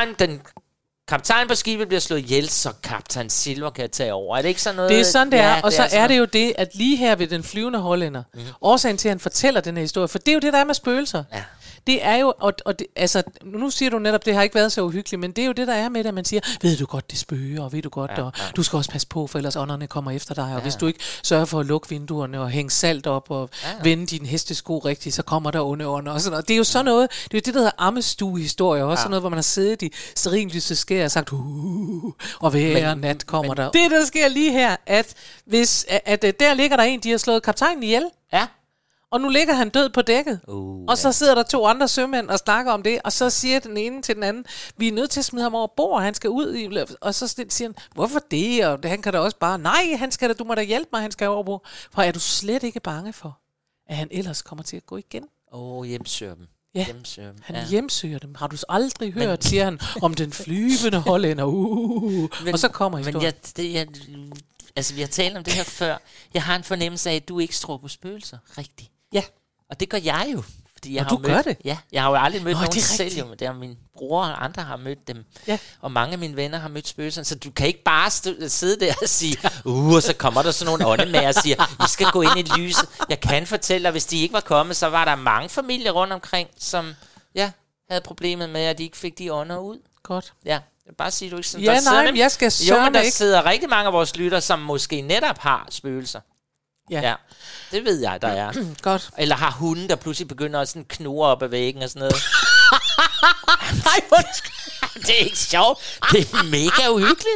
kaptajn på skibet bliver slået ihjel, så kaptajn Silver kan tage over. Er det ikke sådan noget? Det er sådan, det er. Og så er det jo det, at lige her ved den flyvende hollænder, årsagen til, at han fortæller den her historie, for det er jo det, der er med spøgelser. Ja. Det er jo, og det, altså, nu siger du netop, det har ikke været så uhyggeligt, men det er jo det, der er med det, at man siger, ved du godt, det spøger, og ved du godt, og du skal også passe på, for ellers ånderne kommer efter dig, og hvis du ikke sørger for at lukke vinduerne, og hænge salt op, og vende dine hestesko rigtigt, så kommer der onde ånder, og sådan noget. Det er jo sådan noget, det er jo det, der hedder ammestuehistorie, også sådan noget, hvor man har siddet i stearinlyset skær og sagt, og hver nat kommer der. Det, der sker lige her, at hvis, der ligger der en, de har slået kaptajnen ihjel, og nu ligger han død på dækket. Og så sidder der 2 andre sømænd og snakker om det, og så siger den ene til den anden, vi er nødt til at smide ham over bord, han skal ud i, og så siger han, hvorfor det? Og han kan da også bare, nej, han skal da, du må da hjælpe mig, han skal over bord. For er du slet ikke bange for, at han ellers kommer til at gå igen? Hjemsøger dem. Ja, han hjemsøger dem. Har du aldrig hørt, siger han, om den flyvende hollænder. Og så kommer historien. Altså, vi har talt om det her før. Jeg har en fornemmelse af, at du ikke tror på spøgelser. Rigtigt. Ja. Og det gør jeg jo. Fordi jeg du gør det? Ja, jeg har jo aldrig mødt nogen selv. Jo, men det er min bror og andre har mødt dem. Ja. Og mange af mine venner har mødt spøgelser. Så du kan ikke bare sidde der og sige, og så kommer der sådan nogle åndemager og siger, I skal gå ind i lyset. Jeg kan fortælle dig, hvis de ikke var kommet, så var der mange familier rundt omkring, som havde problemet med, at de ikke fik de ånder ud. Godt. Ja. Jeg vil bare sige, du ikke sådan. Ja, nej, men jeg skal sørge men der sidder rigtig mange af vores lytter, som måske netop har spøgelser. Ja. Det ved jeg, der er. Godt. Eller har hunde, der pludselig begynder at sådan knurre op ad væggen og sådan noget. Nej, det er ikke sjovt. Det er mega uhyggeligt.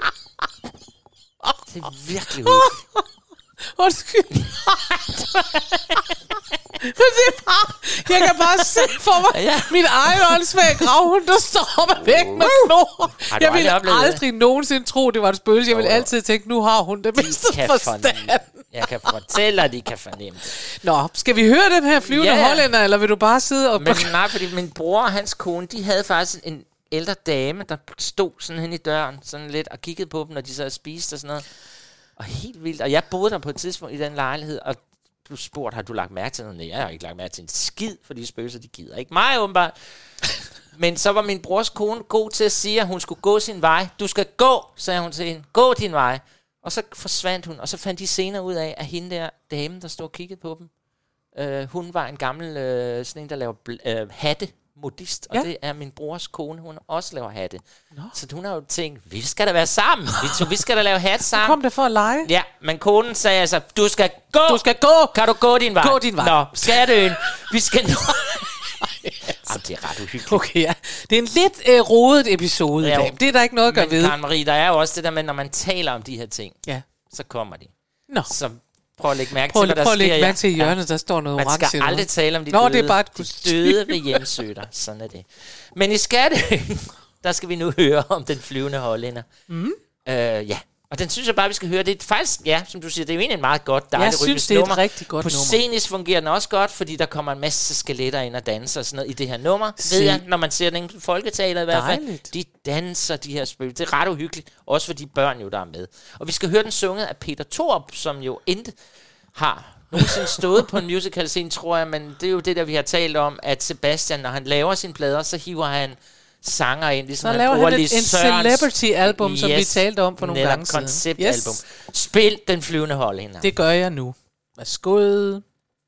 Det er virkelig uhyggeligt. Undskyld. Men det er bare, jeg kan bare se for mig min egen åndssvage gravhund, der står op ad væggen og knurrer. Jeg ville aldrig nogensinde tro, det var et spøgelse. Jeg ville altid tænke, nu har hun det bedste forstand. Jeg kan fortælle, at de kan fornemme det. Nå, skal vi høre den her flyvende hollænder, eller vil du bare sidde og... Men nej, fordi min bror og hans kone, de havde faktisk en ældre dame, der stod sådan hen i døren, sådan lidt, og kiggede på dem, når de så spiste og sådan noget. Og helt vildt. Og jeg boede der på et tidspunkt i den lejlighed, og du spurgte, har du lagt mærke til noget? Nej, jeg har ikke lagt mærke til en skid, for de spøgelser, de gider ikke mig, åbenbart. Men så var min brors kone god til at sige, at hun skulle gå sin vej. Du skal gå, sagde hun til hende. Gå din vej. Og så forsvandt hun, og så fandt de senere ud af, at hende der dame, der stod og kiggede på dem, hun var en gammel, sådan en, der laver hatte, modist, og det er min brors kone, hun også laver hatte. Så hun har jo tænkt, vi skal da være sammen. Vi skal da lave hat sammen. Du kom der for at lege. Ja, men konen sagde altså, du skal gå. Du skal gå. Kan du gå din vej? Gå din vej. Nå, Skatteøen. Vi skal nu... Jamen, det er ret uhyggeligt. Okay, ja. Det er en lidt rodet episode i dag. Det er der ikke noget at gøre ved. Men Karen Marie, der er jo også det der med, når man taler om de her ting, så kommer de. Nå. Så Prøv at lægge mærke til, hvad der sker. Prøv at lægge mærke til i hjørnet, der står noget orange. Man skal aldrig tale om de døde ved hjemsøger. Sådan er det. Men i Skatte, der skal vi nu høre om den flyvende hollænder. Ja. Og den synes jeg bare, vi skal høre. Det er faktisk, ja, som du siger, det er jo egentlig en meget godt, dejligt rytmisk nummer. Jeg synes, det er et rigtig godt nummer. På scenisk fungerer den også godt, fordi der kommer en masse skeletter ind og danser og sådan noget i det her nummer. Ved jeg, når man ser den folketaler i hvert fald. De danser, de her spil. Det er ret uhyggeligt. Også for de børn jo, der er med. Og vi skal høre den sunget af Peter Thorup, som jo intet har nogensinde stået på en musical scene, tror jeg. Men det er jo det, der vi har talt om, at Sebastian, når han laver sine plader, så hiver han sanger ind, ligesom så laver han en celebrity-album, som vi talte om for nogle gange siden. Konceptalbum. Spil den flyvende hollænder. Det gør jeg nu. Værsgo.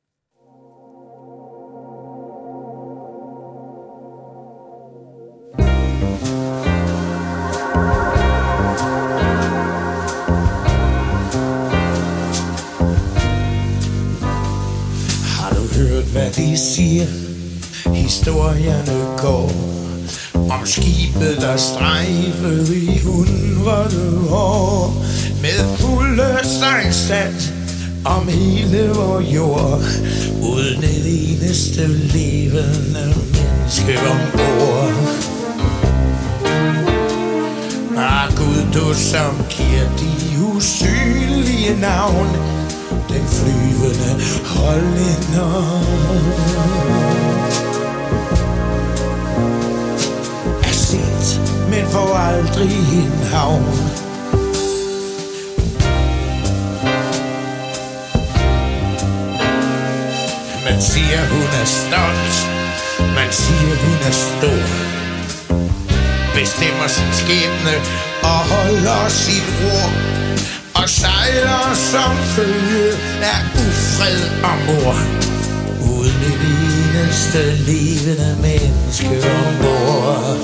Har du hørt, hvad de siger? Historierne går om skibet, der strejfede i 100 år, med fulde sejlsat om hele vor jord, uden et eneste levende menneske ombord. Gud, du som giver de usynlige navn, den flyvende hollænder. Men får aldrig en havn. Man siger hun er stolt, man siger hun er stor, bestemmer sin skæbne og holder sit ord, og sejler som følge af ufred og mor, uden et eneste levende menneske ombord.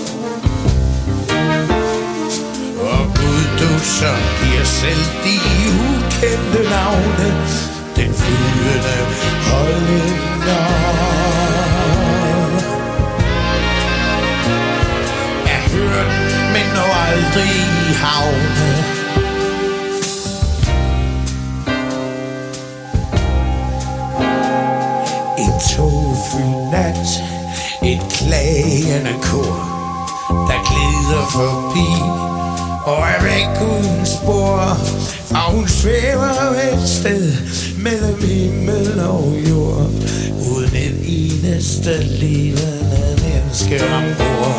Du som giver selv de ukendte navne, den flyvende hollænder. Jeg hørt, men når aldrig i havne. En togfyldt nat, et klagende kor, der glider forbi og er væk uden spor, og hun svæver et sted mellem himmel og jord, uden et eneste levende menneske ombord.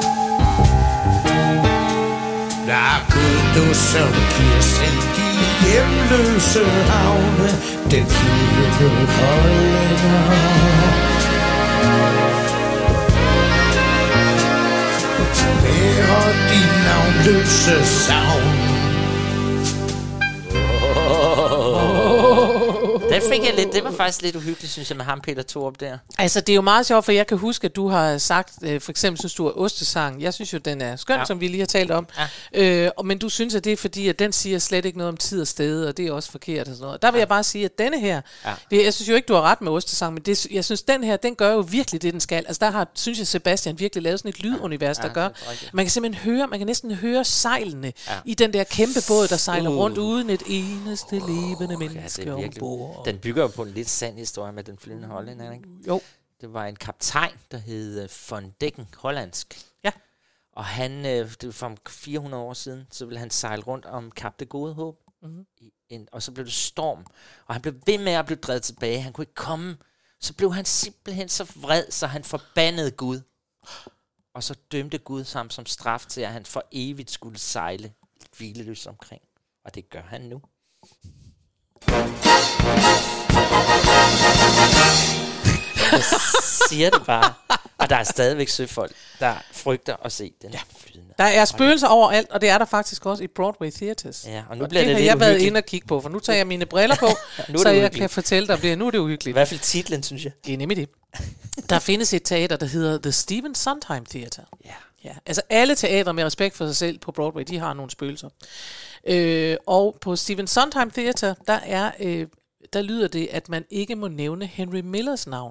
Der er Gud, du som giver selv de hjemløse havne, den flyvende hollænder. Og din navnløse savn. Der fik jeg lidt, det var faktisk lidt uhyggeligt, synes jeg, med ham Peter Thorup der. Altså, det er jo meget sjovt, for jeg kan huske, at du har sagt, for eksempel synes du er ostesang. Jeg synes jo, den er skøn, som vi lige har talt om. Ja. Men du synes, at det er fordi, at den siger slet ikke noget om tid og sted, og det er også forkert og sådan noget. Der vil jeg bare sige, at denne her, jeg synes jo ikke, du har ret med ostesang, men det, jeg synes, den her, den gør jo virkelig det, den skal. Altså, der har, synes jeg, Sebastian virkelig lavet sådan et lydunivers, der gør. Man kan simpelthen høre, man kan næsten høre sejlene i den der kæmpe båd, der sejler rundt uden et eneste levende menneske ombord. Den bygger jo på en lidt sand historie med den flyvende hollænder, ikke? Jo. Det var en kaptajn, der hed von Decken, hollandsk. Ja. Og han, det var for 400 år siden, så ville han sejle rundt om Kap det Gode Håb. Og så blev det storm. Og han blev ved med at blive drevet tilbage. Han kunne ikke komme. Så blev han simpelthen så vred, så han forbandede Gud. Og så dømte Gud ham som straf til, at han for evigt skulle sejle hvileløst omkring. Og det gør han nu. Jeg siger det bare. Og der er stadigvæk søfolk, der frygter at se den flydende. Der er spøgelser overalt, og det er der faktisk også i Broadway Theaters. Ja, og nu bliver det har lidt jeg været uhyggeligt. inde og kigge på, for nu tager jeg mine briller på, så jeg kan fortælle dig, nu er det uhyggeligt. I hvert fald titlen, synes jeg. Det er nemlig det. Der findes et teater, der hedder The Stephen Sondheim Theater. Ja. Altså alle teatre med respekt for sig selv på Broadway, de har nogle spøgelser. Og på Stephen Sondheim Theater, der lyder det, at man ikke må nævne Henry Millers navn.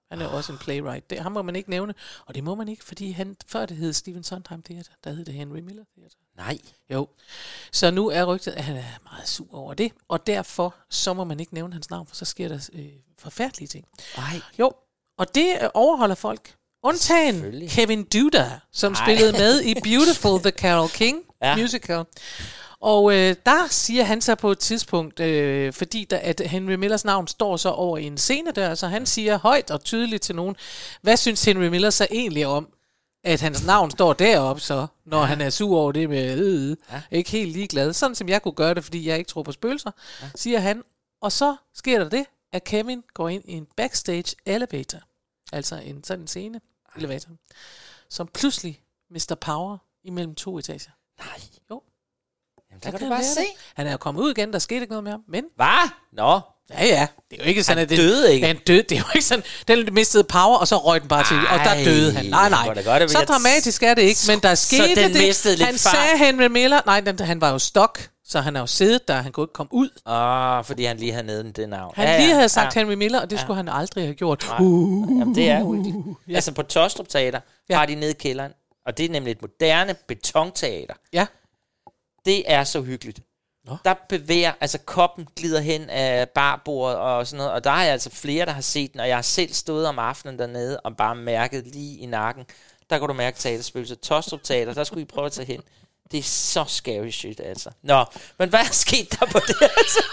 Han er også en playwright. Ham må man ikke nævne, og det må man ikke, fordi før det hed Stephen Sondheim Theater, der hed det Henry Miller Theater. Nej. Jo. Så nu er rygtet, at han er meget sur over det, og derfor så må man ikke nævne hans navn, for så sker der forfærdelige ting. Nej. Jo, og det overholder folk. Undtagen Kevin Duda, som spillede med i Beautiful, The Carole King musical. Og der siger han så på et tidspunkt, fordi at Henry Millers navn står så over i en scene der, så han siger højt og tydeligt til nogen, hvad synes Henry Miller så egentlig om, at hans navn står deroppe så, når han er sur over det med ikke helt ligeglad. Sådan som jeg kunne gøre det, fordi jeg ikke tror på spøgelser, siger han. Og så sker der det, at Kevin går ind i en backstage elevator, altså en sådan scene elevator, som pludselig mister power imellem 2 etager. Nej. Jo. Jamen, der kan du bare se. Han er jo kommet ud igen, der skete ikke noget med ham, men... Hvad? Nå. Ja. Det er jo ikke sådan, at... Han døde ikke. Han døde. Det er jo ikke sådan, den mistede power, og så røg den bare til, og der døde han. Nej. Så dramatisk er det ikke, men der skete så den det. Han sagde Henry Miller... Nej, han var jo stok, så han er jo siddet der, han kunne ikke komme ud. Fordi han lige havde nede det navn. Han lige havde sagt Henry Miller, og det skulle han aldrig have gjort. Jamen, det er uhyggeligt. Altså på Taastrup Teater har de nede i kælderen, og det er nemlig et moderne betonteater. Ja. Det er så hyggeligt. Der bevæger, altså koppen glider hen af barbordet og sådan noget, og der er altså flere, der har set den, og jeg har selv stået om aftenen dernede og bare mærket lige i nakken. Der kan du mærke teaterspøgelser. Taastrup Teater, der skulle I prøve at tage hen. Det er så scary shit, altså. Nå, men hvad er sket der på det her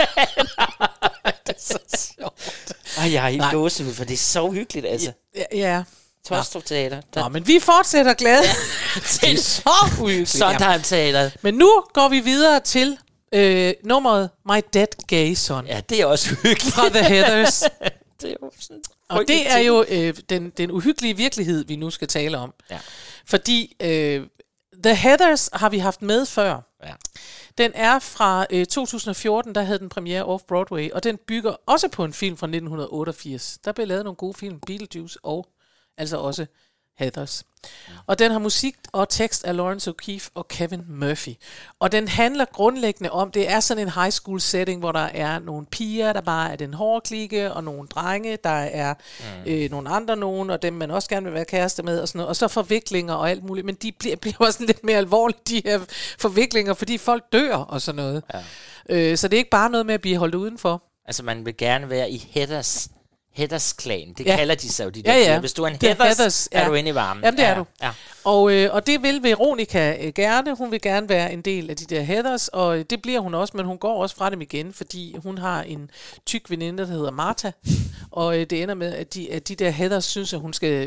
teater? Det er så sjovt. Jeg er helt gåsehud, for det er så hyggeligt, altså. Ja. Taastrup Teater. Nå, men vi fortsætter glade. Det er så uhyggeligt. Sondheim Teater. Men nu går vi videre til nummeret My Dead Gay Son. Ja, det er også uhyggeligt. Fra The Heathers. Det er jo sådan, og det er jo den uhyggelige virkelighed, vi nu skal tale om. Ja. Fordi The Heathers har vi haft med før. Ja. Den er fra 2014, der havde den premiere off-Broadway, og den bygger også på en film fra 1988. Der blev lavet nogle gode film, Beetlejuice og altså også Heathers. Og den har musik og tekst af Lawrence O'Keefe og Kevin Murphy. Og den handler grundlæggende om, det er sådan en high school setting, hvor der er nogle piger, der bare er den hårde klike, og nogle drenge, der er nogle andre nogen, og dem man også gerne vil være kæreste med, og sådan noget. Og så forviklinger og alt muligt. Men de bliver også lidt mere alvorlige, de her forviklinger, fordi folk dør og sådan noget. Ja. Så det er ikke bare noget med at blive holdt udenfor. Altså man vil gerne være i Heathers-klan, det kalder de sig jo, de der. Hvis du er en Heathers, er du inde i varmen. Jamen, det er du. Ja. Og det vil Veronica gerne. Hun vil gerne være en del af de der Heathers, og det bliver hun også, men hun går også fra dem igen, fordi hun har en tyk veninde, der hedder Martha, og det ender med, at de der Heathers synes, at hun skal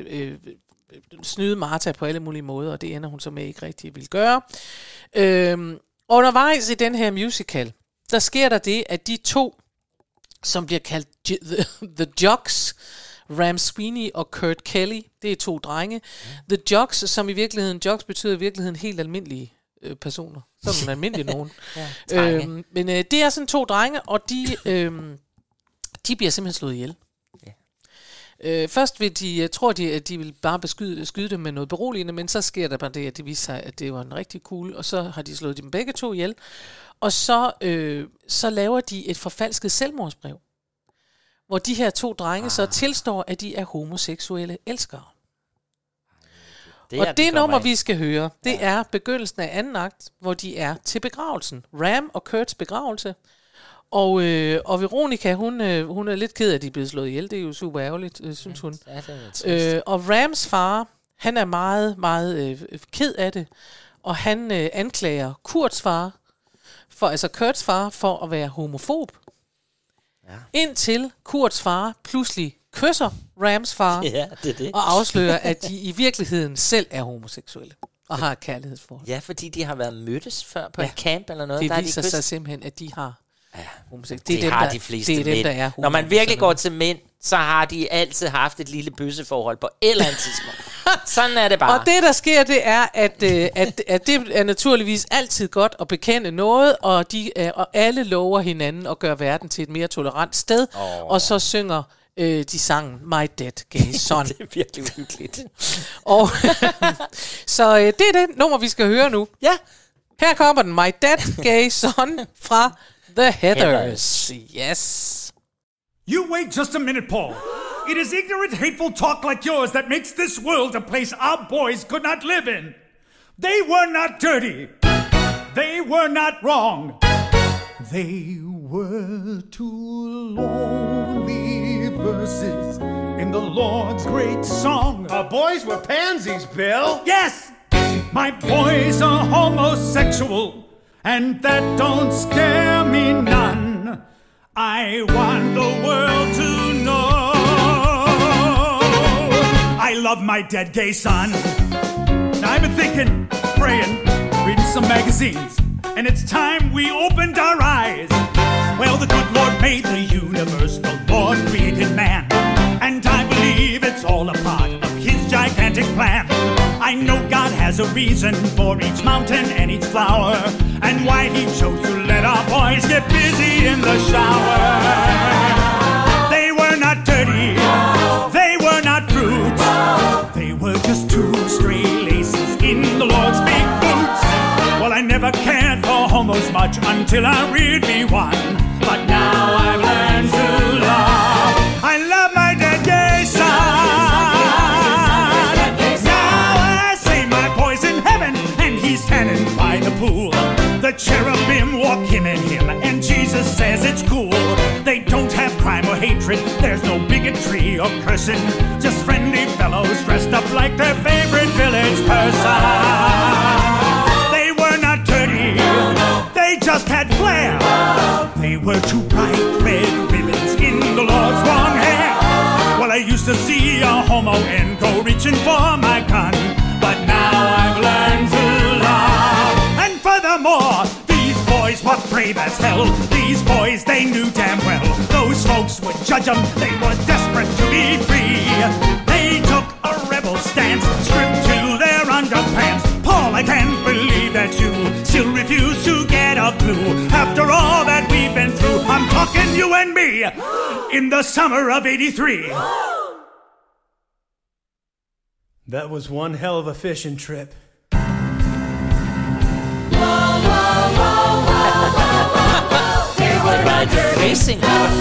snyde Martha på alle mulige måder, og det ender hun så med ikke rigtig vil gøre. Undervejs i den her musical, der sker der det, at de to, som bliver kaldt The Jocks, Ram Sweeney og Kurt Kelly, det er 2 drenge. The Jocks, som i virkeligheden, Jocks betyder i virkeligheden helt almindelige personer. Sådan en almindelig nogen. Men det er sådan 2 drenge, og de bliver simpelthen slået ihjel. Først tror de, at de vil bare skyde dem med noget beroligende, men så sker der bare det, at det viser sig, at det var en rigtig cool, og så har de slået dem begge 2 ihjel. Og så laver de et forfalsket selvmordsbrev, hvor de her 2 drenge så tilstår, at de er homoseksuelle elskere. Og det nummer, vi skal høre, det er begyndelsen af anden akt, hvor de er til begravelsen. Ram og Kurts begravelse. Og Veronica, hun er lidt ked af, at de er blevet slået ihjel. Det er jo super ærgerligt, synes hun. Og Rams far, han er meget, meget ked af det. Og han anklager Kurts far, altså Kurts far, for at være homofob. Ja. Indtil Kurts far pludselig kysser Rams far og afslører, at de i virkeligheden selv er homoseksuelle og har et kærlighedsforhold. Ja, fordi de har været mødtes før på en camp eller noget. Det viser sig simpelthen, at de har det er dem, de fleste mænd. Dem, der er når man virkelig går til mænd, så har de altid haft et lille bøsseforhold på et eller andet tidspunkt. Sådan er det bare. Og det, der sker, det er, at det er naturligvis altid godt at bekende noget, og alle lover hinanden at gøre verden til et mere tolerant sted, og så synger de sangen My Dead Gay Son. Det er virkelig uhyggeligt. Og så det er den nummer, vi skal høre nu. Ja. Her kommer den, My Dead Gay Son fra The Heathers. Yes. You wait just a minute, Paul. It is ignorant, hateful talk like yours that makes this world a place our boys could not live in. They were not dirty. They were not wrong. They were two lonely verses in the Lord's great song. Our boys were pansies, Bill. Yes! My boys are homosexual, and that don't scare me none. I want the world to know I love my dead gay son. Now I've been thinking, praying, reading some magazines, and it's time we opened our eyes. Well, the good Lord made the universe, the Lord created man, and I believe it's all a part of his gigantic plan. I know God has a reason for each mountain and each flower, and why he chose to let our boys get busy in the shower. They were not dirty, they were not fruits, they were just two stray laces in the Lord's big boots. Well, I never cared for homos much until I reared me one, but now I've learned to love. I love my dead gay son. Standing by the pool, the cherubim walk him and him, and Jesus says it's cool. They don't have crime or hatred, there's no bigotry or cursing, just friendly fellows dressed up like their favorite village person. They were not dirty, they just had flair. They were two bright red ribbons in the Lord's long hair. Well, I used to see a homo and go reaching for my gun, but now I've learned to love. And furthermore, these boys were brave as hell. These boys, they knew damn well those folks would judge them. They were desperate to be free. They took a rebel stance, stripped to their underpants. Paul, I can't believe that you still refuse to get a clue. After all that we've been through, I'm talking you and me in the summer of '83. That was one hell of a fishing trip. Fishing.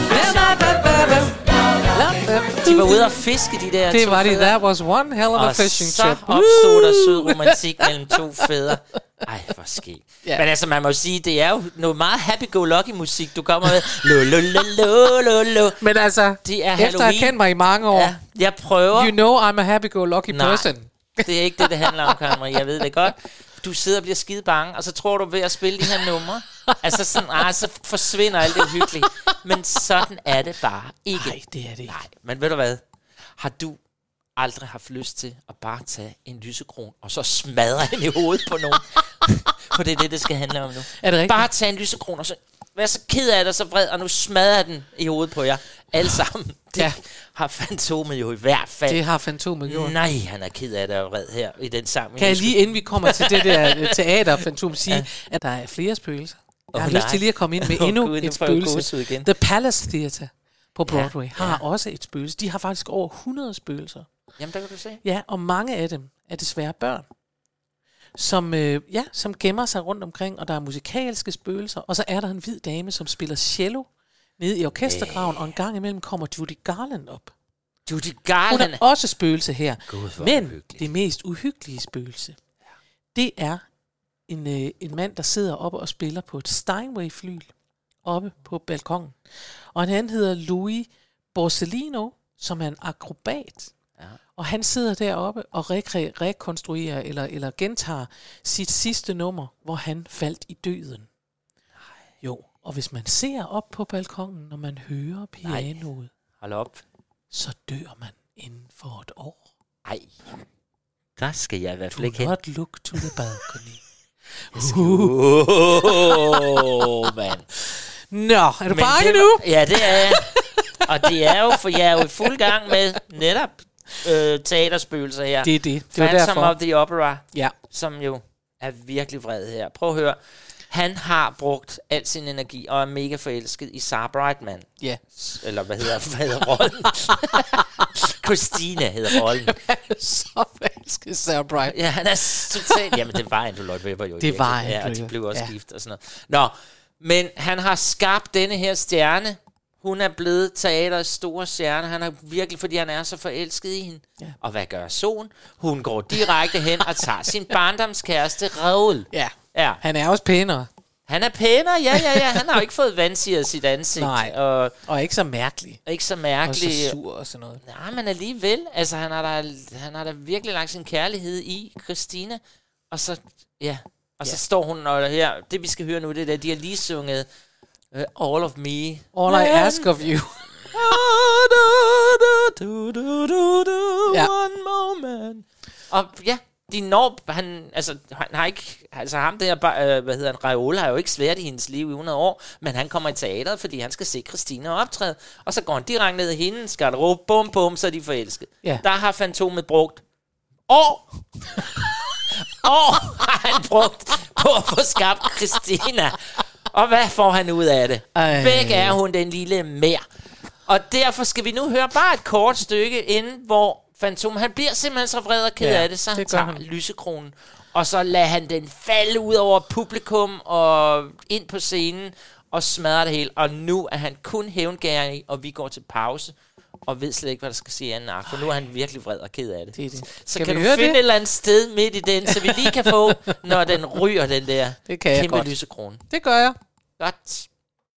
De var ude at fiske, de der det to var de. fædre. That was one hell of a fishing trip. Og så opstod der sød romantik mellem to fædre. Ej, hvor skægt. Ja. Men altså, man må sige, det er jo noget meget happy-go-lucky musik, du kommer med. Lo, lo, lo, lo, lo, lo. Men altså, det er efter at have kendt mig i mange år, jeg prøver. You know I'm a happy-go-lucky person. Det er ikke det handler om, Karen Marie. Jeg ved det godt. Du sidder og bliver skide bange, og så tror du ved at spille de her numre. Altså sådan, så forsvinder alt det uhyggelige. Men sådan er det bare ikke. Nej, det er det ikke. Nej, men ved du hvad? Har du aldrig haft lyst til at bare tage en lysekron, og så smadre hende i hovedet på nogen? For det er det skal handle om nu. Er det rigtigt? Bare tage en lysekron, og så vær så ked af det, og så vred, og nu smadrer den i hovedet på jer. Alle sammen. Det har Fantomet jo i hvert fald. Det har Fantomet gjort. Nej, han er ked af det og vred her i den sang. Kan jeg lige, inden vi kommer til det der teater-Fantom, sige, at der er flere spøgelser. Jeg har lyst til lige at komme ind med endnu et spøgelse. The Palace Theatre på Broadway har også et spøgelse. De har faktisk over 100 spøgelser. Jamen, der kan du se. Ja, og mange af dem er desværre børn, som gemmer sig rundt omkring, og der er musikalske spøgelser, og så er der en hvid dame, som spiller cello nede i orkestergraven, og en gang imellem kommer Judy Garland op. Judy Garland? Hun er også spøgelse her. God, men det mest uhyggelige spøgelse, det er en mand, der sidder oppe og spiller på et Steinway-flyl oppe på balkongen. Og han hedder Louis Borsellino, som er en akrobat. Ja. Og han sidder deroppe og rekonstruerer eller gentager sit sidste nummer, hvor han faldt i døden. Nej. Jo, og hvis man ser op på balkongen, når man hører pianoet, hold op, så dør man inden for et år. Ej, der skal jeg i hvert fald ikke hen. Do not look to the balcony. Mand. Nå, er du bange nu? Ja, det er jeg. Og det er jo, for jeg er jo i fuld gang med netop teaterspøgelser her. Det er det. Phantom of the Opera, ja, som jo er virkelig vred her. Prøv at høre. Han har brugt al sin energi og er mega forelsket i Sarah Brightman. Ja. Yeah. Eller hvad hedder rollen? Christina hedder rollen. Han er så forelsket i Sarah Brightman. Ja, han er totalt... Jamen, det var Andrew Lloyd Webber jo. Det var ja, og de blev også gift og sådan noget. Nå, men han har skabt denne her stjerne. Hun er blevet teaterets store stjerne. Han er virkelig, fordi han er så forelsket i hende. Ja. Og hvad gør Son? Hun går direkte hen og tager sin barndomskæreste Raoul. Ja. Han er også pænere. Han er pænere, ja. Han har jo ikke fået vandsiget sit ansigt. Nej, og ikke så mærkelig. Ikke så mærkelig. Og så sur og sådan noget. Nej, men alligevel. Altså, han har da virkelig lagt sin kærlighed i Christina. Og så, så står hun og her. Det vi skal høre nu, det er der, de har lige sunget All of Me. All I ask of you. One moment. Og ja, de når, han har ikke, ham der, Raoul har jo ikke svært i hendes liv i 100 år, men han kommer i teateret, fordi han skal se Christina optræde, og så går han direkte ned i hendes garderobe, bum bum, så er de forelsket. Ja. Der har Fantomet brugt år har han brugt på at få skabt Christina. Og hvad får han ud af det? Væk er hun den lille mer. Og derfor skal vi nu høre bare et kort stykke inden, hvor Fantomet, han bliver simpelthen så vred og ked af det, så han tager lysekronen, og så lader han den falde ud over publikum og ind på scenen og smadrer det hele. Og nu er han kun hævngærig, og vi går til pause og ved slet ikke, hvad der skal ske anden akt, for nu er han virkelig vred og ked af det. Så kan du finde et eller andet sted midt i den, så vi lige kan få, når den ryger den der kæmpe lysekrone. Det gør jeg. Godt.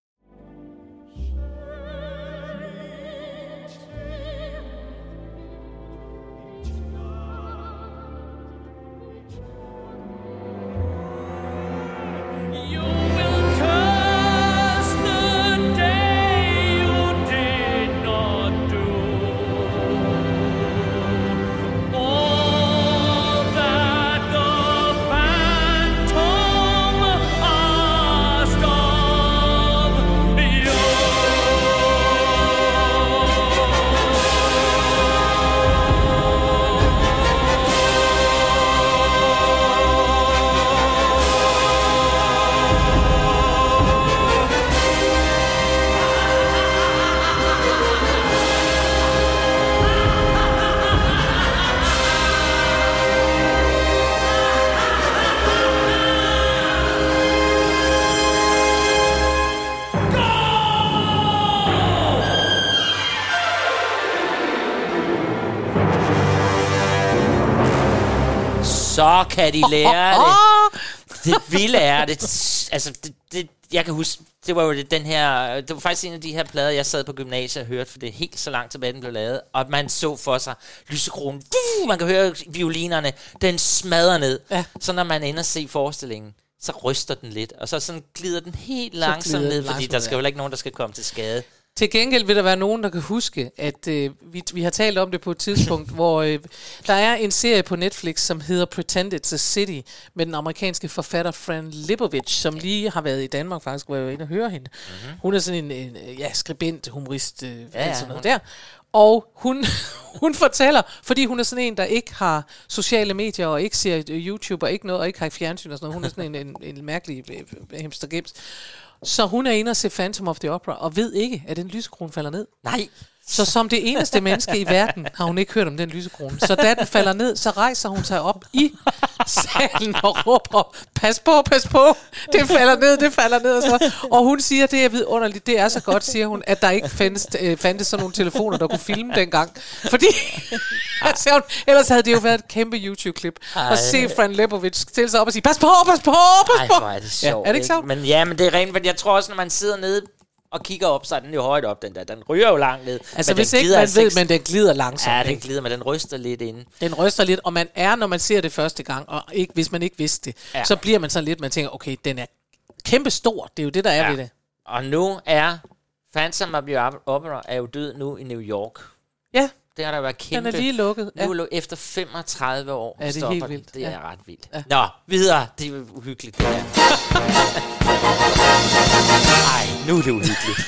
Så kan de lære det. Det vilde er det. Altså, jeg kan huske, det var jo den her, det var faktisk en af de her plader, jeg sad på gymnasiet og hørte, for det er helt så langt tilbage, den blev lavet, og man så for sig lysekronen, man kan høre violinerne, den smadrer ned. Ja. Så når man ender og se forestillingen, så ryster den lidt, og så sådan glider den helt langsomt ned, fordi der skal jo ikke nogen, der skal komme til skade. Til gengæld vil der være nogen, der kan huske, at vi har talt om det på et tidspunkt, hvor der er en serie på Netflix, som hedder Pretend It's a City, med den amerikanske forfatter Fran Lebowitz, som lige har været i Danmark faktisk, hvor jeg var inde og høre hende. Mm-hmm. Hun er sådan en skribent, humorist, sådan noget der. Og hun fortæller, fordi hun er sådan en, der ikke har sociale medier, og ikke ser YouTube, og ikke noget, og ikke har fjernsyn og sådan noget. Hun er sådan en mærkelig hemstergems. Så hun er inde og se Phantom of the Opera, og ved ikke, at den lysekrone falder ned. Nej. Så som det eneste menneske i verden, har hun ikke hørt om den lysekrone. Så da den falder ned, så rejser hun sig op i salen og råber, pas på, det falder ned. Og, så. Og hun siger, det er vidunderligt, det er så godt, siger hun, at der ikke fandtes sådan nogle telefoner, der kunne filme dengang. Fordi, hun, ellers havde det jo været et kæmpe YouTube-klip. Og se Fran Lebowitz stille sig op og sige, pas på. Ej, hvor er det sjovt. Ja, er det ikke sjovt? Men det er rent, jeg tror også, når man sidder nede og kigger op, så er den jo højt op, den der. Den ryger jo langt ned. Altså hvis ikke man ved, men den glider langsomt. Ja, den glider, men den ryster lidt inde. Den ryster lidt, og man er, når man ser det første gang, og ikke, hvis man ikke vidste det, så bliver man sådan lidt, man tænker, okay, den er kæmpe stor. Det er jo det, der er ved det. Og nu er Phantom of the Opera er jo død nu i New York. Ja. Det har der været kæmpe. Den er lige lukket. Nu efter 35 år. Ja, det er helt vildt. Det er ret vildt. Ja. Nå, videre. Det er uhyggeligt, det her. Ej, nu er det uhyggeligt.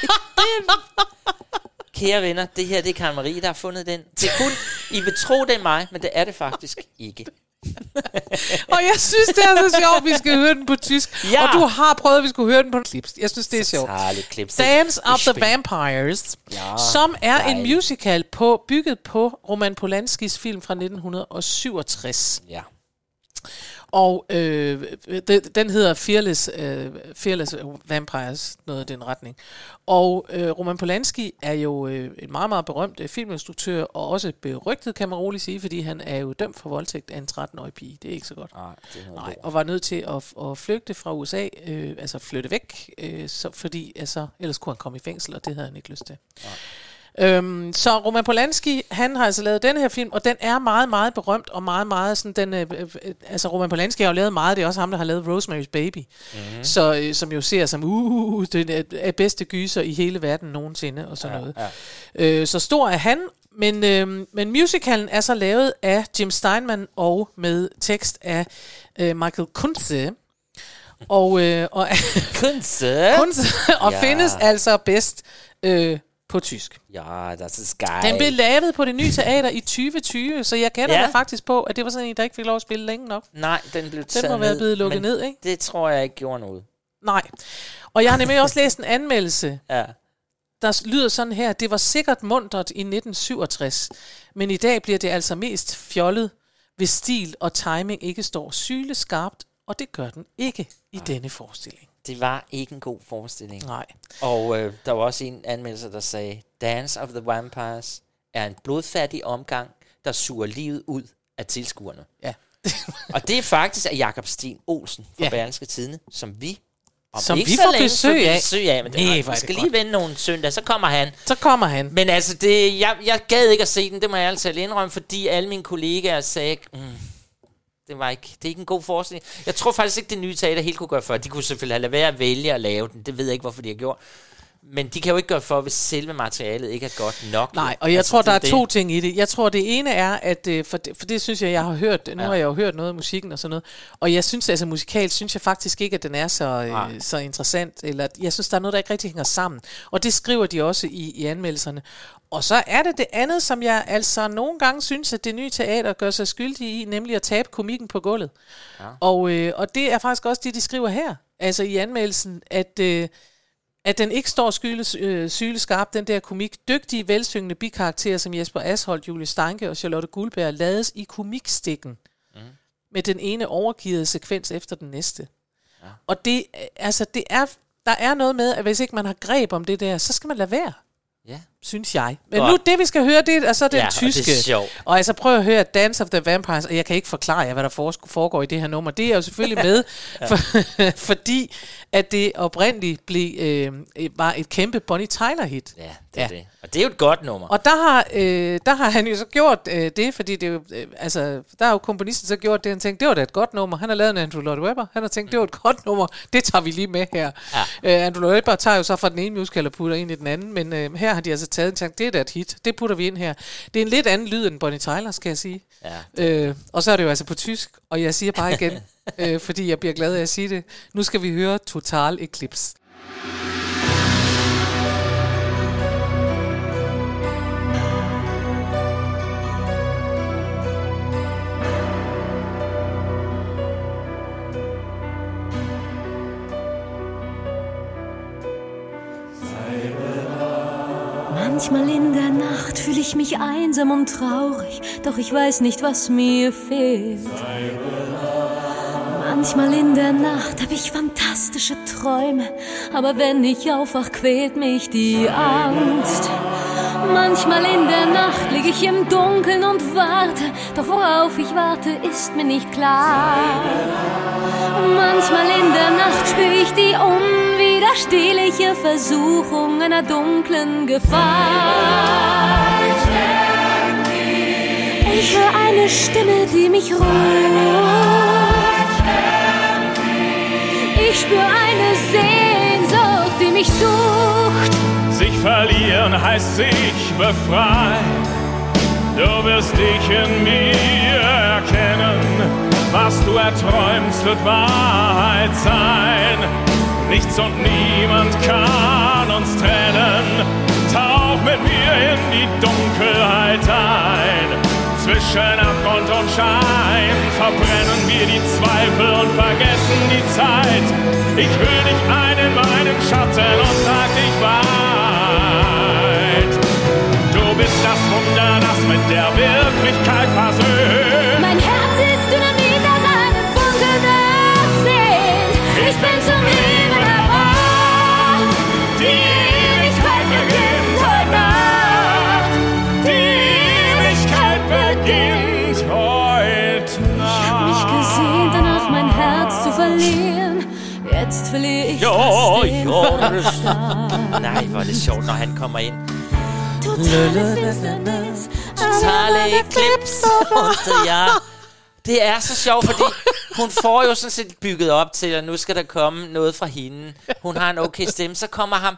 Kære venner, det her det er Karen Marie, der har fundet den. Det er kun, I vil tro, det er mig, men det er det faktisk ikke. Og jeg synes, det er så sjovt, vi skal høre den på tysk. Ja. Og du har prøvet, at vi skulle høre den på clips. Jeg synes, det er sjovt. Dance of the Vampires, som er en musical bygget på Roman Polanskis film fra 1967. Ja. Og den hedder Fearless Vampires, noget af den retning. Og Roman Polanski er jo en meget, meget berømt filminstruktør, og også berygtet, kan man roligt sige, fordi han er jo dømt for voldtægt af en 13-årig pige. Det er ikke så godt. Nej, og var nødt til at flygte fra USA, altså flytte væk, fordi ellers kunne han komme i fængsel, og det havde han ikke lyst til. Så Roman Polanski, han har altså lavet den her film, og den er meget, meget berømt, og meget, meget sådan, altså Roman Polanski har jo lavet meget, det er også ham, der har lavet Rosemary's Baby, som jo ser som, den er bedste gyser i hele verden nogensinde, og sådan noget. Så stor er han, men musicalen er så lavet af Jim Steinman, og med tekst af Michael Kunze, og findes altså bedst på tysk. Ja, das ist geil. Den blev lavet på Det Nye Teater i 2020, så jeg gætter da faktisk på, at det var sådan en, der ikke fik lov at spille længe nok. Nej, den blev taget ned. Den må være blevet lukket ned, ikke? Det tror jeg ikke gjorde noget. Nej. Og jeg har nemlig også læst en anmeldelse, der lyder sådan her: det var sikkert muntert i 1967, men i dag bliver det altså mest fjollet, hvis stil og timing ikke står syleskarpt, og det gør den ikke i denne forestilling. Det var ikke en god forestilling. Nej. Og der var også en anmeldelse, der sagde, Dance of the Vampires er en blodfattig omgang, der suger livet ud af tilskuerne. Ja. Og det er faktisk af Jakob Sten Olsen fra Berlingske Tidende, som vi får besøg af. Men vi skal lige vende nogle søndag, så kommer han. Men altså, jeg gad ikke at se den, det må jeg altså indrømme, fordi alle mine kollegaer sagde, det er ikke en god forestilling. Jeg tror faktisk ikke, Det Nye Teater helt kunne gøre for. De kunne selvfølgelig have lade være at vælge at lave den. Det ved jeg ikke, hvorfor de har gjort. Men de kan jo ikke gøre for, hvis selve materialet ikke er godt nok. Nej, og jeg tror, der er to ting i det. Jeg tror, det ene er, at for det synes jeg har hørt. Nu har jeg jo hørt noget af musikken og sådan noget. Og jeg synes, altså musikalt, synes jeg faktisk ikke, at den er så interessant. Eller jeg synes, der er noget, der ikke rigtig hænger sammen. Og det skriver de også i anmeldelserne. Og så er det andet, som jeg altså nogle gange synes, at Det Nye Teater gør sig skyldige i, nemlig at tabe komikken på gulvet. Ja. Og det er faktisk også det, de skriver her. Altså i anmeldelsen, at den ikke står syleskarp, den der komik. Dygtige, velsyngende bikarakterer som Jesper Asholdt, Julie Steinke og Charlotte Guldberg lades i komikstikken med den ene overgivede sekvens efter den næste. Ja. Og der er noget med, at hvis ikke man har greb om det der, så skal man lade være. Ja. Synes jeg. Men nu det vi skal høre, det er så den tyske. Og det er sjovt. Og altså prøv at høre Dance of the Vampires, og jeg kan ikke forklare jer, hvad der foregår i det her nummer. Det er jo selvfølgelig med, fordi at det oprindeligt var et kæmpe Bonnie Tyler hit. Ja, det er det. Og det er jo et godt nummer. Og der har han jo så gjort det, fordi det er jo, der har jo komponisten så gjort det, han tænkte, det var da et godt nummer. Han har lavet en Andrew Lloyd Webber. Han har tænkt, det var et godt nummer. Det tager vi lige med her. Ja. Andrew Lloyd Webber tager jo så fra den ene musical og putter ind i den anden, men her har de altså taget en tanke, det er da et hit. Det putter vi ind her. Det er en lidt anden lyd end Bonnie Tyler, skal jeg sige. Ja. Og så er det jo altså på tysk, og jeg siger bare igen, fordi jeg bliver glad af at sige det. Nu skal vi høre Total Eclipse. Manchmal in der Nacht fühle ich mich einsam und traurig, doch ich weiß nicht, was mir fehlt. Manchmal in der Nacht habe ich fantastische Träume, aber wenn ich aufwach, quält mich die Angst. Manchmal in der Nacht liege ich im Dunkeln und warte, doch worauf ich warte, ist mir nicht klar. Manchmal in der Nacht spüre ich die unwiderstehliche Versuchung einer dunklen Gefahr. Ich höre eine Stimme, die mich ruft. Ich spüre eine Sehnsucht, die mich sucht. Sich verlieren heißt sich befreien. Du wirst dich in mir erkennen. Was du erträumst, wird Wahrheit sein. Nichts und niemand kann uns trennen. Tauch mit mir in die Dunkelheit ein. Zwischen Abgrund und Schein verbrennen wir die Zweifel und vergessen die Zeit. Ich hüll dich ein in meinen Schatten und trag dich weit. Du bist das Wunder, das mit der Wirklichkeit versöhnt. Mein Herz ist Dynamit, das einen Funke Jetzt verliere ich fast den Verstand. Nej, hvor er det sjovt, når han kommer ind. Totale Finsternis. Totale eclipse. Ja. Det er så sjovt, fordi hun får jo sådan set bygget op til, at nu skal der komme noget fra hende. Hun har en okay stemme, så kommer ham.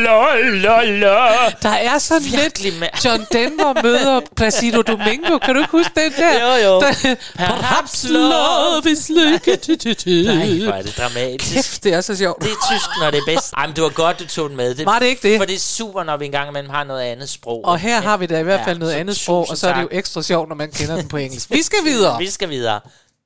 Der er sådan lidt John Denver møder Placido Domingo. Kan du ikke huske den der? Jo. Perhaps love is like... Nej, hvor er det dramatisk. Kæft, det er så sjovt. Det er tysk, når det er bedst. Ej, men det var godt, du tog den med. Var det ikke det? For det er super, når vi engang imellem har noget andet sprog. Og her har vi da i hvert fald noget andet sprog, og så er det jo ekstra sjovt, når man kender den på engelsk. Vi skal videre. Vi skal videre.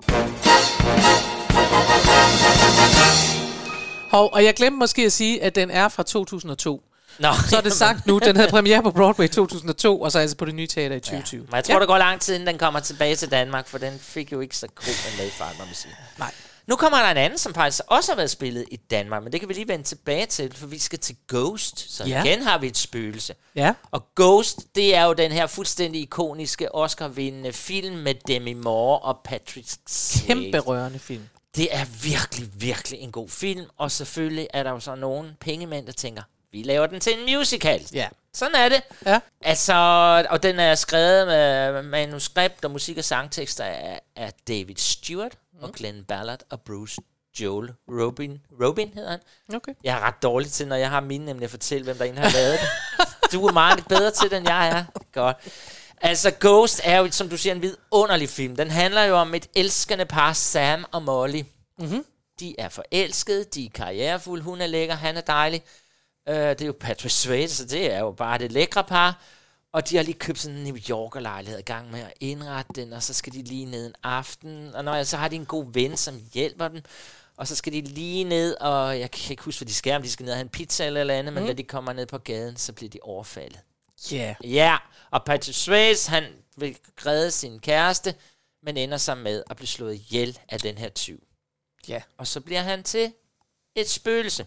Og jeg glemte måske at sige, at den er fra 2002. Nå, så er det sagt nu. Den havde premiere på Broadway i 2002, og så altså på det nye teater i 2020. Ja. Men jeg tror, der går lang tid, inden den kommer tilbage til Danmark, for den fik jo ikke så god en medfart, må man sige. Nej. Nu kommer der en anden, som faktisk også har været spillet i Danmark, men det kan vi lige vende tilbage til, for vi skal til Ghost. Så igen har vi et spøgelse. Ja. Og Ghost, det er jo den her fuldstændig ikoniske Oscar-vindende film med Demi Moore og Patrick Swayze. Kæmpe rørende film. Det er virkelig, virkelig en god film, og selvfølgelig er der jo så nogle pengemænd, der tænker, vi laver den til en musical. Ja. Sådan er det. Ja. Altså, og den er skrevet med manuskript og musik og sangtekster af David Stewart og Glenn Ballard og Bruce Joel Robin hedder han. Okay. Jeg er ret dårlig til, når jeg har mine, nemlig at fortælle, hvem der egentlig har lavet det. Du er meget bedre til, end jeg er. Godt. Altså, Ghost er jo, som du siger, en vidunderlig film. Den handler jo om et elskende par, Sam og Molly. Mm-hmm. De er forelskede, de er karrierefulde, hun er lækker, han er dejlig. Det er jo Patrick Swayze, så det er jo bare det lækre par. Og de har lige købt sådan en New Yorker-lejlighed i gang med at indrette den, og så skal de lige ned en aften. Og så har de en god ven, som hjælper dem. Og så skal de lige ned, og jeg kan ikke huske, hvad de skal, om de skal ned og have en pizza eller andet, men da de kommer ned på gaden, så bliver de overfaldet. Ja, og Patrick Swayze, han vil redde sin kæreste, men ender så med at blive slået ihjel af den her tyv. Ja. Og så bliver han til et spøgelse.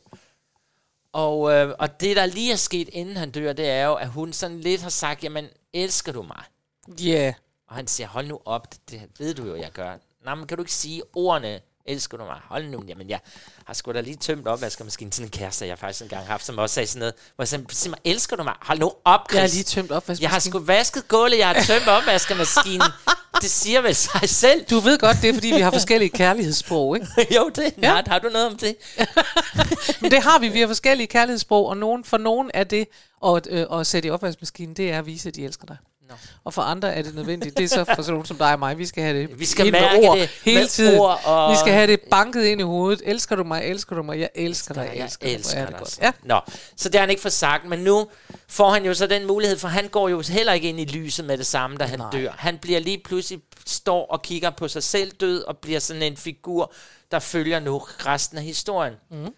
Og det, der lige er sket, inden han dør, det er jo, at hun sådan lidt har sagt, jamen, elsker du mig? Ja. Yeah. Og han siger, hold nu op, det ved du jo, jeg gør. Nå, men kan du ikke sige ordene, elsker du mig? Hold nu, jamen, jeg har sgu da lige tømt opvaskemaskinen til en kæreste, jeg faktisk engang har haft, som også sagde sådan noget, hvor jeg sagde, sig mig, elsker du mig? Hold nu op, Chris. Jeg har lige tømt opvaskemaskinen. Jeg har sgu vasket gulvet, jeg har tømt opvaskemaskinen. Det siger vel sig selv. Du ved godt, det er, fordi vi har forskellige kærlighedssprog, ikke? Jo, det er har du noget om det? Men det har vi. Vi har forskellige kærlighedssprog, og for nogen er det at sætte i opvaskemaskinen, det er at vise, at de elsker dig. No. Og for andre er det nødvendigt. Det er så for sådan nogen som dig og mig. Vi skal have det. Vi skal mærke ord, det hele tiden. Og vi skal have det banket ind i hovedet. Elsker du mig? Elsker du mig? Jeg elsker dig. Jeg elsker dig. Godt. Ja. Nå, så det har han ikke fået sagt. Men nu får han jo så den mulighed, for han går jo heller ikke ind i lyset med det samme, da han dør. Han bliver lige pludselig står og kigger på sig selv død og bliver sådan en figur, der følger nu resten af historien. Mm.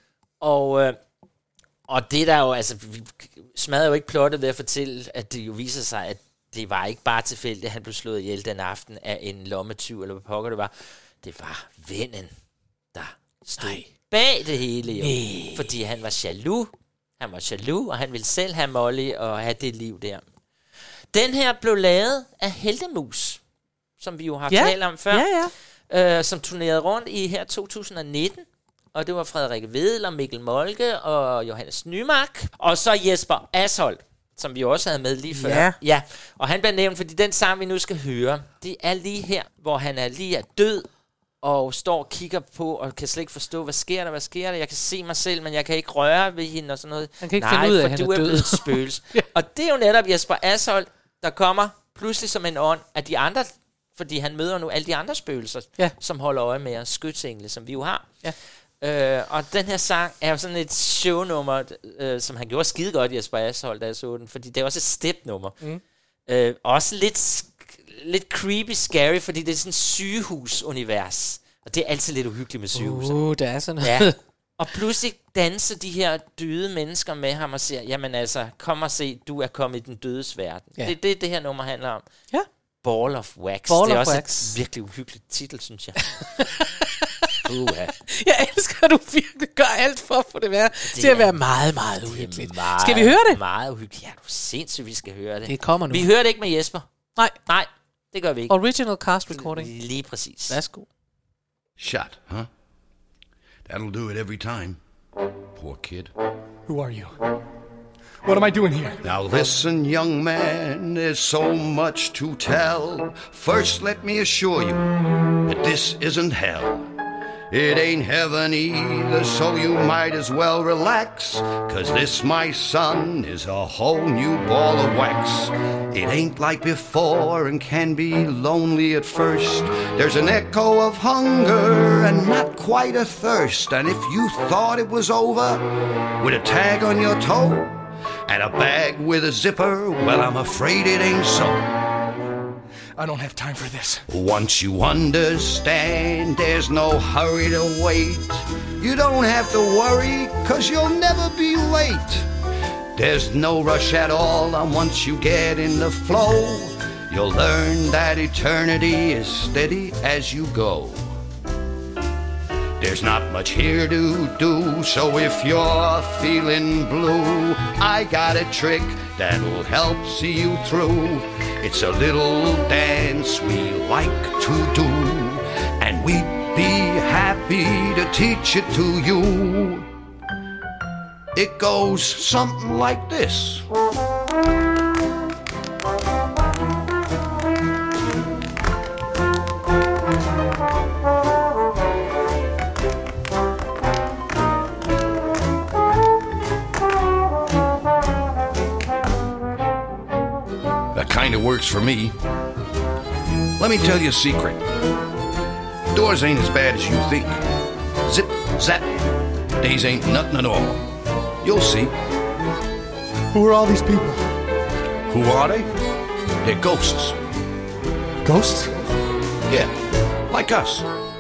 Og det der jo, altså, vi smadrer jo ikke plottet ved at fortælle, at det jo viser sig, at det var ikke bare tilfældigt, at han blev slået ihjel den aften af en lommetyv, eller hvad pokker det var. Det var vennen, der stod bag det hele, jo. Nej. Fordi han var jaloux. Han var jaloux, og han ville selv have Molly og have det liv der. Den her blev lavet af Heltemus, som vi jo har talt om før, som turnerede rundt i her 2019. Og det var Frederik Vedel og Mikkel Molke og Johannes Nymark. Og så Jesper Ashold, som vi også havde med lige før. Ja. Og han bliver nævnt, fordi den sang, vi nu skal høre, det er lige her, hvor han er lige død, og står og kigger på, og kan slet ikke forstå, hvad sker der? Jeg kan se mig selv, men jeg kan ikke røre ved hende og sådan noget. Han kan ikke finde ud af, at han er død. blevet et spøgelse. Og det er jo netop Jesper Ashold, der kommer pludselig som en ånd af de andre, fordi han møder nu alle de andre spøgelser, som holder øje med os, skytsengle, som vi jo har. Ja. Og den her sang er jo sådan et shownummer, som han gjorde skide godt, Jesper Ashold, da jeg så den, fordi det er også et stepnummer. Også lidt creepy, scary, fordi det er sådan et sygehusunivers. Og det er altid lidt uhyggeligt med sygehuset. Det er sådan noget. Ja. Og pludselig danser de her døde mennesker med ham og siger, jamen altså, kom og se, du er kommet i den dødes verden. Ja. Det her nummer handler om. Ja. Ball of Wax. Det er også et virkelig uhyggeligt titel, synes jeg. Jeg elsker, at du virkelig gør alt for at få det til at være meget, meget uhyggeligt. Skal vi høre det? Meget uhyggeligt. Ja, du er sindssygt, vi skal høre det. Det kommer nu. Vi hører det ikke med Jesper. Nej, det gør vi ikke. Original cast recording. Lige præcis. Værsgo. Shut, huh? That'll do it every time. Poor kid. Who are you? What am I doing here? Now listen, young man, there's so much to tell. First, let me assure you that this isn't hell. It ain't heaven either, so you might as well relax. 'Cause this, my son, is a whole new ball of wax. It ain't like before and can be lonely at first. There's an echo of hunger and not quite a thirst. And if you thought it was over with a tag on your toe and a bag with a zipper, well, I'm afraid it ain't so. I don't have time for this. Once you understand, there's no hurry to wait. You don't have to worry, 'cause you'll never be late. There's no rush at all, and once you get in the flow, you'll learn that eternity is steady as you go. There's not much here to do, so if you're feeling blue, I got a trick that'll help see you through. It's a little dance we like to do, and we'd be happy to teach it to you. It goes something like this. Kind of works for me. Let me tell you a secret. Doors ain't as bad as you think. Zip, zap. Days ain't nothing at all. You'll see. Who are all these people? Who are they? They're ghosts. Ghosts? Yeah, like us.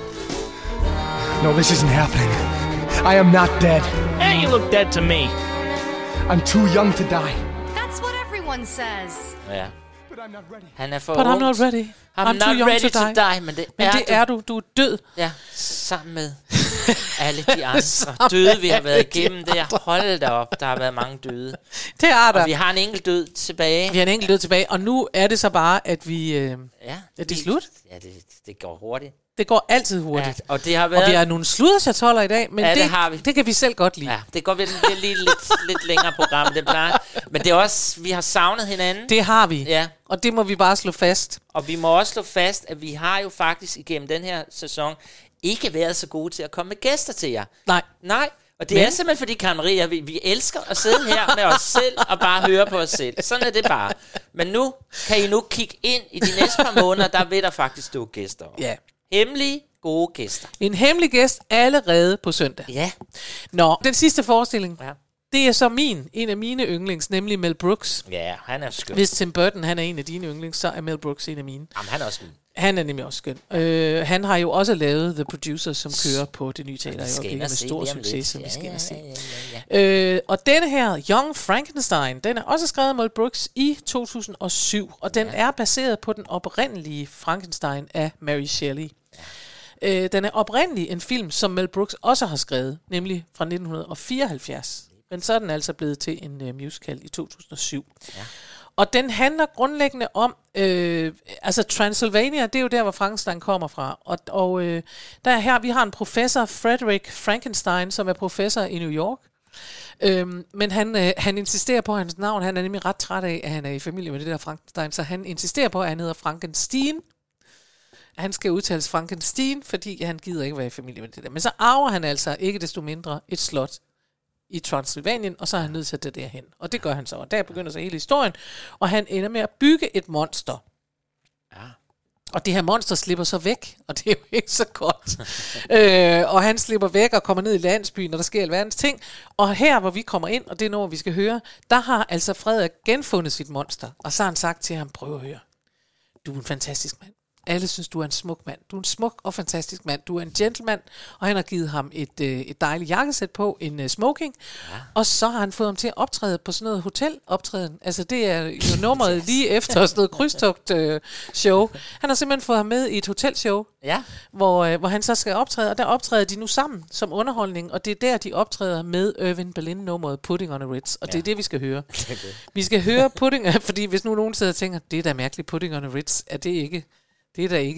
No, this isn't happening. I am not dead. Hey, you look dead to me. I'm too young to die. That's what everyone says. Ja. Han er for But I'm not ready. I'm not too young ready to die. Men det er du. Du er død. Ja, sammen med alle de andre døde, vi har været igennem der. Hold da op, der har været mange døde. Det er der. Og vi har en enkelt død tilbage. Vi har en enkelt død tilbage, og nu er det så bare, at vi... det er slut. Ja, det går hurtigt. Det går altid hurtigt. Ja, og det har været... Og vi har nogle sludderchatoller i dag, men ja, det har vi. Det kan vi selv godt lide. Ja, det går lige lidt længere program, det plejer. Men det er også, vi har savnet hinanden. Det har vi. Ja. Og det må vi bare slå fast. Og vi må også slå fast, at vi har jo faktisk igennem den her sæson ikke været så gode til at komme med gæster til jer. Nej. Og det er simpelthen fordi, Karen Marie, vi elsker at sidde her med os selv og bare høre på os selv. Sådan er det bare. Men nu kan I kigge ind i de næste par måneder, der vil der faktisk stå gæster. Ja. Hemmelige, gode gæster. En hemmelig gæst allerede på søndag. Ja. Nå, den sidste forestilling, det er så en af mine yndlings, nemlig Mel Brooks. Ja, han er skøn. Hvis Tim Burton, han er en af dine yndlings, så er Mel Brooks en af mine. Jamen, han er også min. Han er nemlig også skøn. Han har jo også lavet The Producers, som kører på det nye teater i øjeblikket med stor succes, som vi skal ind og se. Og denne her, Young Frankenstein, den er også skrevet af Mel Brooks i 2007, og den er baseret på den oprindelige Frankenstein af Mary Shelley. Den er oprindelig en film, som Mel Brooks også har skrevet, nemlig fra 1974. Men så er den altså blevet til en musical i 2007. Ja. Og den handler grundlæggende om, altså Transylvania, det er jo der, hvor Frankenstein kommer fra. Og der her, vi har en professor, Frederick Frankenstein, som er professor i New York. Men han insisterer på hans navn. Han er nemlig ret træt af, at han er i familie med det der Frankenstein. Så han insisterer på, at han hedder Frankenstein. Han skal udtales Frankenstein, fordi han gider ikke være i familie med det der. Men så arver han altså ikke desto mindre et slot i Transylvanien, og så er han nødt til at det derhen. Og det gør han så, og der begynder så hele historien. Og han ender med at bygge et monster. Ja. Og det her monster slipper så væk, og det er jo ikke så godt. Og han slipper væk og kommer ned i landsbyen, og der sker alverdens ting. Og her, hvor vi kommer ind, og det er noget, vi skal høre, der har altså Frederik genfundet sit monster. Og så har han sagt til ham, prøv at høre, du er en fantastisk mand. Alle synes, du er en smuk mand. Du er en smuk og fantastisk mand. Du er en gentleman, og han har givet ham et dejligt jakkesæt på, en smoking, og så har han fået ham til at optræde på sådan noget hoteloptræden. Altså det er jo nummeret lige efter sådan noget krydstogt-show. Han har simpelthen fået ham med i et hotelshow, hvor han så skal optræde, og der optræder de nu sammen som underholdning, og det er der, de optræder med Irving Berlin-nummeret Putting on a Ritz, og det er det, vi skal høre. Vi skal høre Putting, fordi hvis nu nogen sidder og tænker, det er da mærkeligt, Putting on a Ritz, er det ikke... Det er da ikke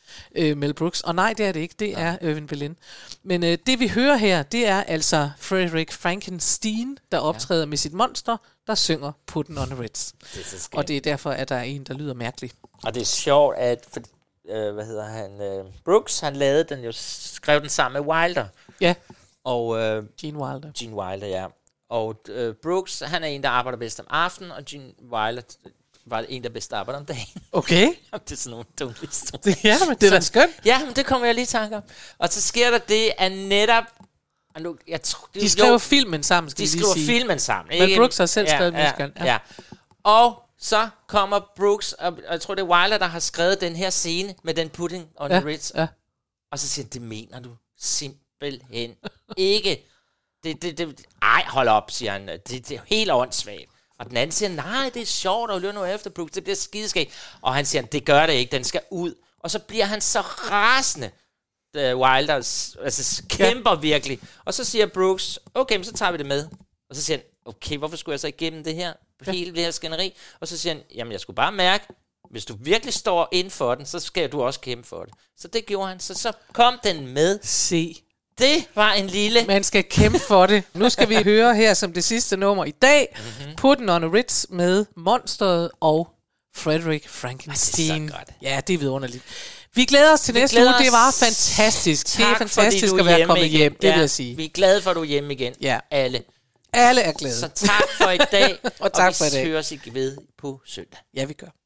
Mel Brooks. Og nej, det er det ikke. Det er Irving Berlin. Men det vi hører her, det er altså Frederick Frankenstein, der optræder med sit monster, der synger Puttin' on the Ritz. Og det er derfor, at der er en, der lyder mærkelig. Og det er sjovt, at Brooks, han lavede den jo, skrev den sammen med Wilder. Ja. Og Gene Wilder. Gene Wilder, ja. Og Brooks, han er en, der arbejder bedst om aftenen, og Gene Wilder var en, der bedst arbejder om dagen. Okay. Det er sådan nogle dumme lister. Ja, men det er da skønt. Ja, men det kommer jeg lige i tanke om. Og så sker der det, at netop... De skriver filmen sammen, skal de skriver filmen sammen. Ikke? Men Brooks har selv skrevet musicalen. Ja. Og så kommer Brooks, og jeg tror, det er Wilder, der har skrevet den her scene med den Puttin' on the Ritz. Ja. Og så siger han, det mener du simpelthen ikke. Ej, hold op, siger han. Det er helt åndssvagt. Og den anden siger, nej, det er sjovt, og løber nu efter Brooks, det bliver skideskægt. Og han siger, det gør det ikke, den skal ud. Og så bliver han så rasende, Wilder, altså kæmper virkelig. Og så siger Brooks, okay, men så tager vi det med. Og så siger han, okay, hvorfor skulle jeg så igennem det her, hele det her skænderi? Og så siger han, jamen jeg skulle bare mærke, hvis du virkelig står ind for den, så skal du også kæmpe for det. Så det gjorde han, så kom den med. Se. Det var en lille... Man skal kæmpe for det. Nu skal vi høre her som det sidste nummer i dag, Puttin' on a Ritz med Monsteret og Frederick Frankenstein. Ja, det er vidunderligt. Vi glæder os til næste uge. Det var fantastisk. Tak, det er fantastisk at være kommet hjem, det vil jeg sige. Vi er glade for, at du er hjemme igen. Ja. Alle. Alle er glade. Så tak for i dag. Og tak for i dag. Vi høres ikke ved på søndag. Ja, vi gør.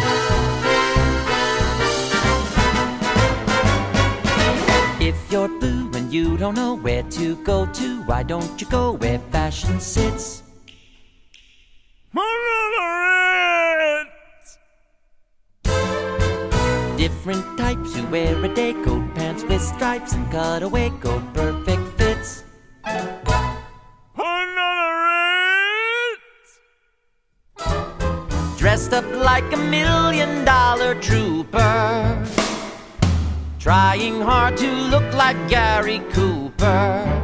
If you're blue and you don't know where to go to, why don't you go where fashion sits? Different types who wear a day coat, pants with stripes and cutaway coat, perfect fits. Dressed up like $1 million trooper, trying hard to look like Gary Cooper.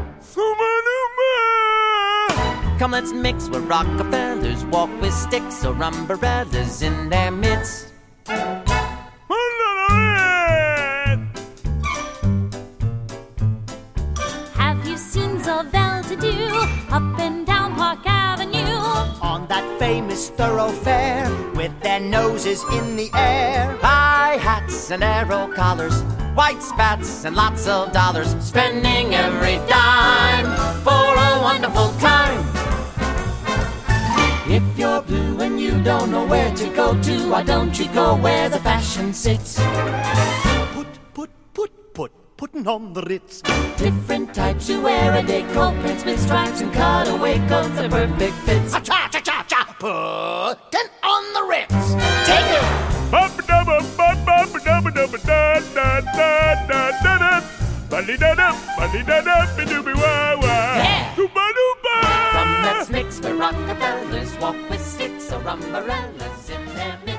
Come, let's mix where Rockefellers walk with sticks or umbrellas in their midst. Have you seen the well-to-do up and down Park Avenue? On that famous thoroughfare with their noses in the air. High hats and arrow collars, white spats and lots of dollars, spending every dime for a wonderful time. If you're blue and you don't know where to go to, why don't you go where the fashion sits? Puttin' on the Ritz. Different types who wear a day coat, pants with stripes and cutaway coats, are perfect fits. Cha-cha-cha-cha, Puttin' on the Ritz. Take it! Yeah! Come, let's mix where Rockefellers walk with sticks or umbrellas in their midst.